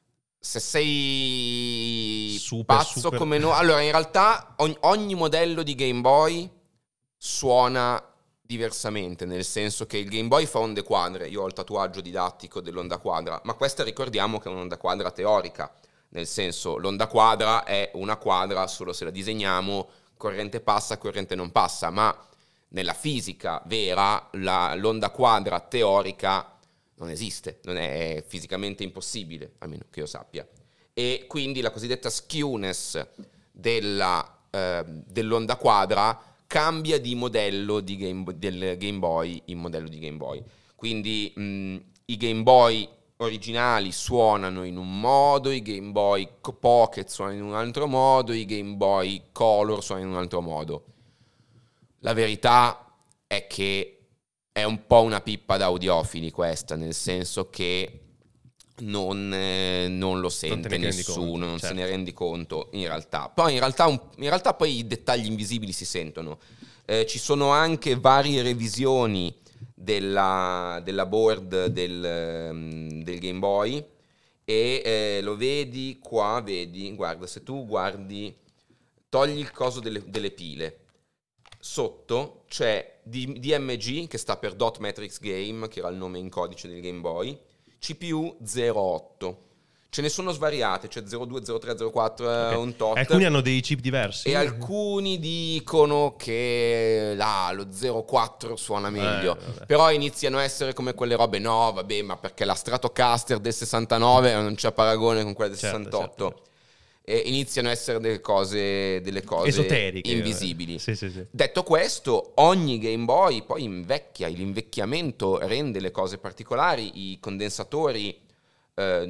Se sei pazzo come noi. Allora, in realtà ogni modello di Game Boy suona diversamente, nel senso che il Game Boy fa onde quadre. Io ho il tatuaggio didattico dell'onda quadra, ma questa ricordiamo che è un'onda quadra teorica, nel senso l'onda quadra è una quadra solo se la disegniamo, corrente passa, corrente non passa, ma nella fisica vera l'onda quadra teorica non esiste, non è fisicamente impossibile, almeno che io sappia. E quindi la cosiddetta skewness dell'onda quadra cambia di modello del Game Boy in modello di Game Boy. Quindi i Game Boy originali suonano in un modo, i Game Boy Pocket suonano in un altro modo, i Game Boy Color suonano in un altro modo. La verità è che è un po' una pippa da audiofili questa, nel senso che non lo sente nessuno, non se ne rendi conto in realtà. Poi in realtà poi i dettagli invisibili si sentono. Ci sono anche varie revisioni della board del Game Boy e lo vedi qua, guarda, se tu guardi, togli il coso delle pile, sotto c'è DMG, che sta per Dot Matrix Game, che era il nome in codice del Game Boy, CPU 08. Ce ne sono svariate, c'è 02, 03, 04, okay. Un tot. Alcuni hanno dei chip diversi. E alcuni dicono che lo 04 suona meglio. Però iniziano a essere come quelle robe, no, vabbè, ma perché la Stratocaster del 69 non c'è paragone con quella del 68. Certo. E iniziano a essere delle cose esoteriche, invisibili. Sì. Detto questo, ogni Game Boy poi invecchia, l'invecchiamento rende le cose particolari, i condensatori a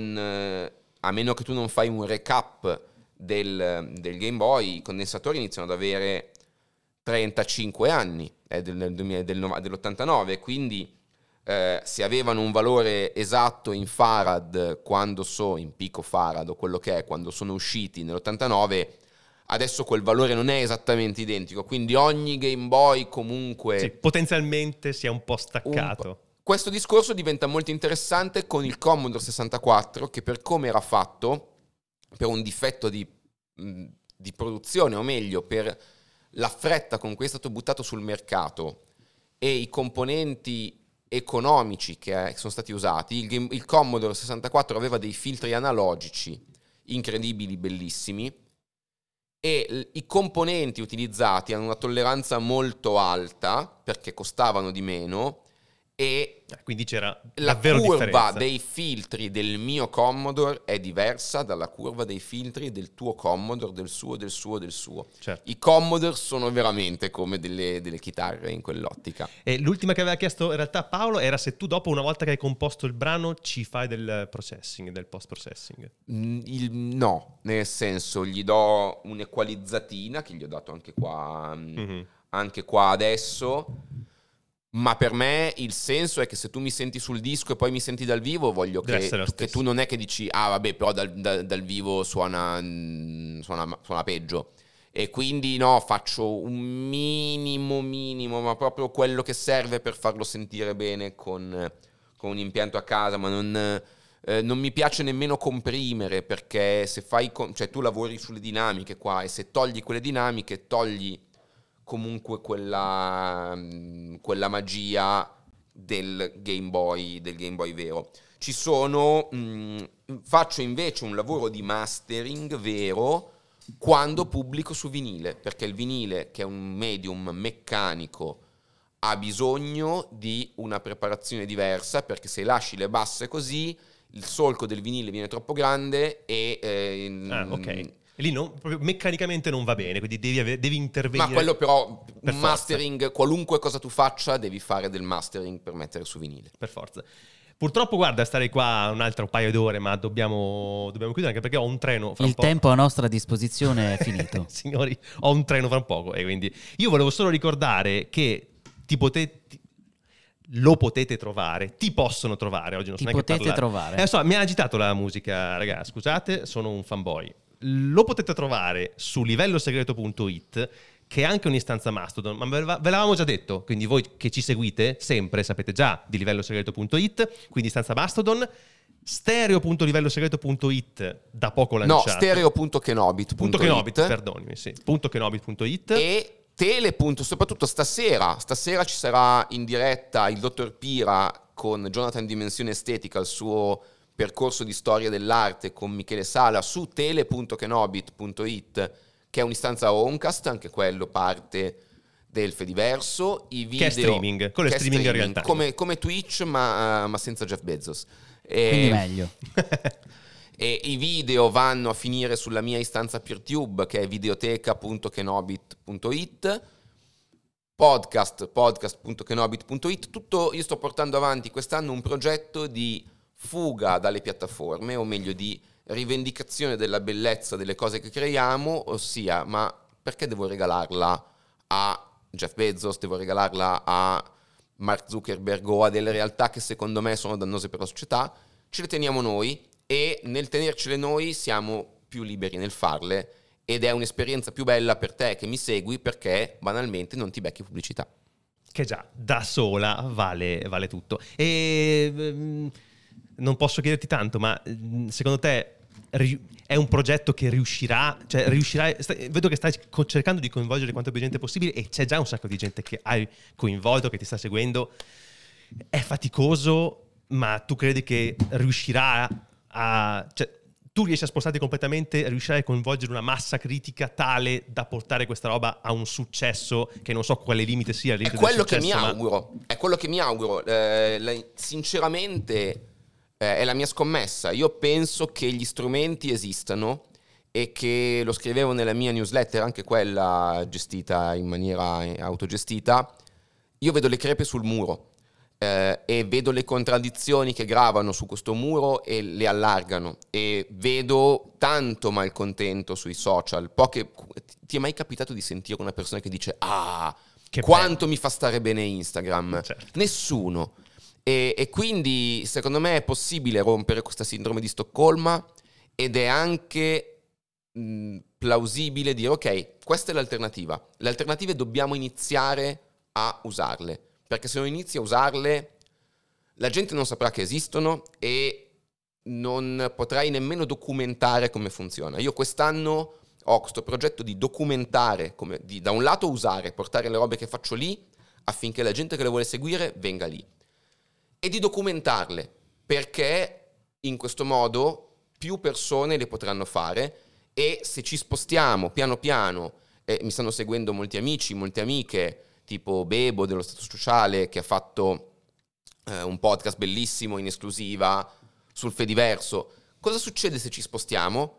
meno che tu non fai un recap del Game Boy, i condensatori iniziano ad avere 35 anni, dell'89, quindi se avevano un valore esatto in farad in picofarad o quello che è, quando sono usciti nell'89, adesso quel valore non è esattamente identico, quindi ogni Game Boy comunque sì, potenzialmente si è un po' staccato. Questo discorso diventa molto interessante con il Commodore 64, che per come era fatto, per un difetto di produzione, o meglio per la fretta con cui è stato buttato sul mercato e i componenti economici che sono stati usati, il Commodore 64 aveva dei filtri analogici incredibili, bellissimi, e i componenti utilizzati hanno una tolleranza molto alta perché costavano di meno, e quindi c'era la curva differenza. Dei filtri del mio Commodore è diversa dalla curva dei filtri del tuo Commodore, del suo. Certo. I Commodore sono veramente come delle chitarre in quell'ottica. E l'ultima che aveva chiesto in realtà Paolo era se tu dopo, una volta che hai composto il brano, ci fai del processing, del post-processing. No, nel senso gli do un'equalizzatina, che gli ho dato anche qua, anche qua adesso. Ma per me il senso è che se tu mi senti sul disco e poi mi senti dal vivo, voglio che tu non è che dici vabbè, però dal vivo suona peggio. E quindi no, faccio un minimo, ma proprio quello che serve per farlo sentire bene con un impianto a casa, ma non mi piace nemmeno comprimere, perché se tu lavori sulle dinamiche qua, e se togli quelle dinamiche togli comunque quella magia del Game Boy vero. Faccio invece un lavoro di mastering vero quando pubblico su vinile, perché il vinile, che è un medium meccanico, ha bisogno di una preparazione diversa, perché se lasci le basse così il solco del vinile viene troppo grande e ok. Lì proprio meccanicamente non va bene, quindi devi intervenire. Ma quello però, un mastering, qualunque cosa tu faccia, devi fare del mastering per mettere su vinile. Per forza. Purtroppo, guarda, stare qua un altro paio d'ore, ma dobbiamo chiudere, anche perché ho un treno fra un po'. Il tempo a nostra disposizione è finito. Signori, ho un treno fra un poco, e quindi io volevo solo ricordare che lo potete trovare, ti possono trovare. Oggi non so neanche parlare. Trovare. Mi ha agitato la musica, ragazzi, scusate, sono un fanboy. Lo potete trovare su livellosegreto.it, che è anche un'istanza Mastodon, ma ve l'avevamo già detto, quindi voi che ci seguite sempre sapete già di livellosegreto.it, quindi istanza Mastodon. Stereo.livellosegreto.it da poco lanciato. No, stereo.kenobit.it. Perdonimi, sì. .kenobit.it. E soprattutto stasera ci sarà in diretta il dottor Pira con Jonathan Dimensione Estetica, il suo percorso di storia dell'arte con Michele Sala su tele.kenobit.it, che è un'istanza Homecast, anche quello parte del Fediverso, i video che è streaming, quello è streaming in realtà. Come Twitch, ma senza Jeff Bezos. Quindi meglio. E i video vanno a finire sulla mia istanza PeerTube, che è videoteca.kenobit.it, podcast.kenobit.it. Tutto, io sto portando avanti quest'anno un progetto di fuga dalle piattaforme, o meglio di rivendicazione della bellezza delle cose che creiamo, ossia, ma perché devo regalarla a Jeff Bezos, devo regalarla a Mark Zuckerberg o a delle realtà che secondo me sono dannose per la società? Ce le teniamo noi, e nel tenercele noi siamo più liberi nel farle, ed è un'esperienza più bella per te che mi segui, perché banalmente non ti becchi pubblicità. Che già, da sola vale tutto. E non posso chiederti tanto, ma secondo te è un progetto che riuscirà? Cioè, vedo che stai cercando di coinvolgere quanto più gente possibile, e c'è già un sacco di gente che hai coinvolto, che ti sta seguendo. È faticoso, ma tu credi che riuscirà cioè, tu riesci a spostarti completamente, riuscirai a coinvolgere una massa critica tale da portare questa roba a un successo che non so quale limite sia. È quello che mi auguro. È quello che mi auguro. Sinceramente, è la mia scommessa. Io penso che gli strumenti esistano, e che, lo scrivevo nella mia newsletter, anche quella gestita in maniera autogestita, io vedo le crepe sul muro. E vedo le contraddizioni che gravano su questo muro e le allargano, e vedo tanto malcontento sui social. Ti è mai capitato di sentire una persona che dice che quanto mi fa stare bene Instagram? Certo. Nessuno. E quindi secondo me è possibile rompere questa sindrome di Stoccolma, ed è anche plausibile dire ok, questa è l'alternativa. Le alternative dobbiamo iniziare a usarle, perché se non inizi a usarle la gente non saprà che esistono, e non potrai nemmeno documentare come funziona. Io quest'anno ho questo progetto di documentare, da un lato usare, portare le robe che faccio lì affinché la gente che le vuole seguire venga lì, e di documentarle, perché in questo modo più persone le potranno fare. E se ci spostiamo piano piano, mi stanno seguendo molti amici, molte amiche, tipo Bebo dello Stato Sociale, che ha fatto un podcast bellissimo in esclusiva sul Fediverso. Cosa succede se ci spostiamo?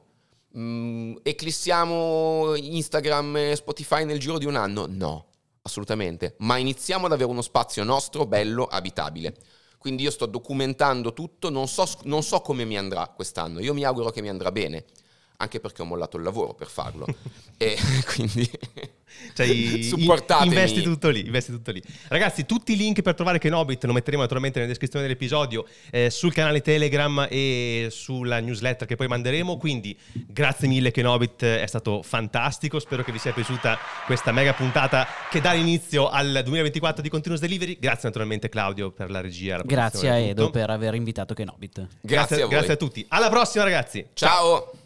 Eclissiamo Instagram e Spotify nel giro di un anno? No, assolutamente. Ma iniziamo ad avere uno spazio nostro, bello, abitabile. Quindi io sto documentando tutto, non so come mi andrà quest'anno. Io mi auguro che mi andrà bene, anche perché ho mollato il lavoro per farlo. E quindi supportatemi. Investi tutto lì. Ragazzi, tutti i link per trovare Kenobit lo metteremo naturalmente nella descrizione dell'episodio, sul canale Telegram e sulla newsletter che poi manderemo. Quindi grazie mille Kenobit, è stato fantastico. Spero che vi sia piaciuta questa mega puntata che dà l'inizio al 2024 di Continuous Delivery. Grazie naturalmente Claudio per la regia. Grazie a Edo per aver invitato Kenobit. Grazie a voi. Grazie a tutti. Alla prossima ragazzi. Ciao.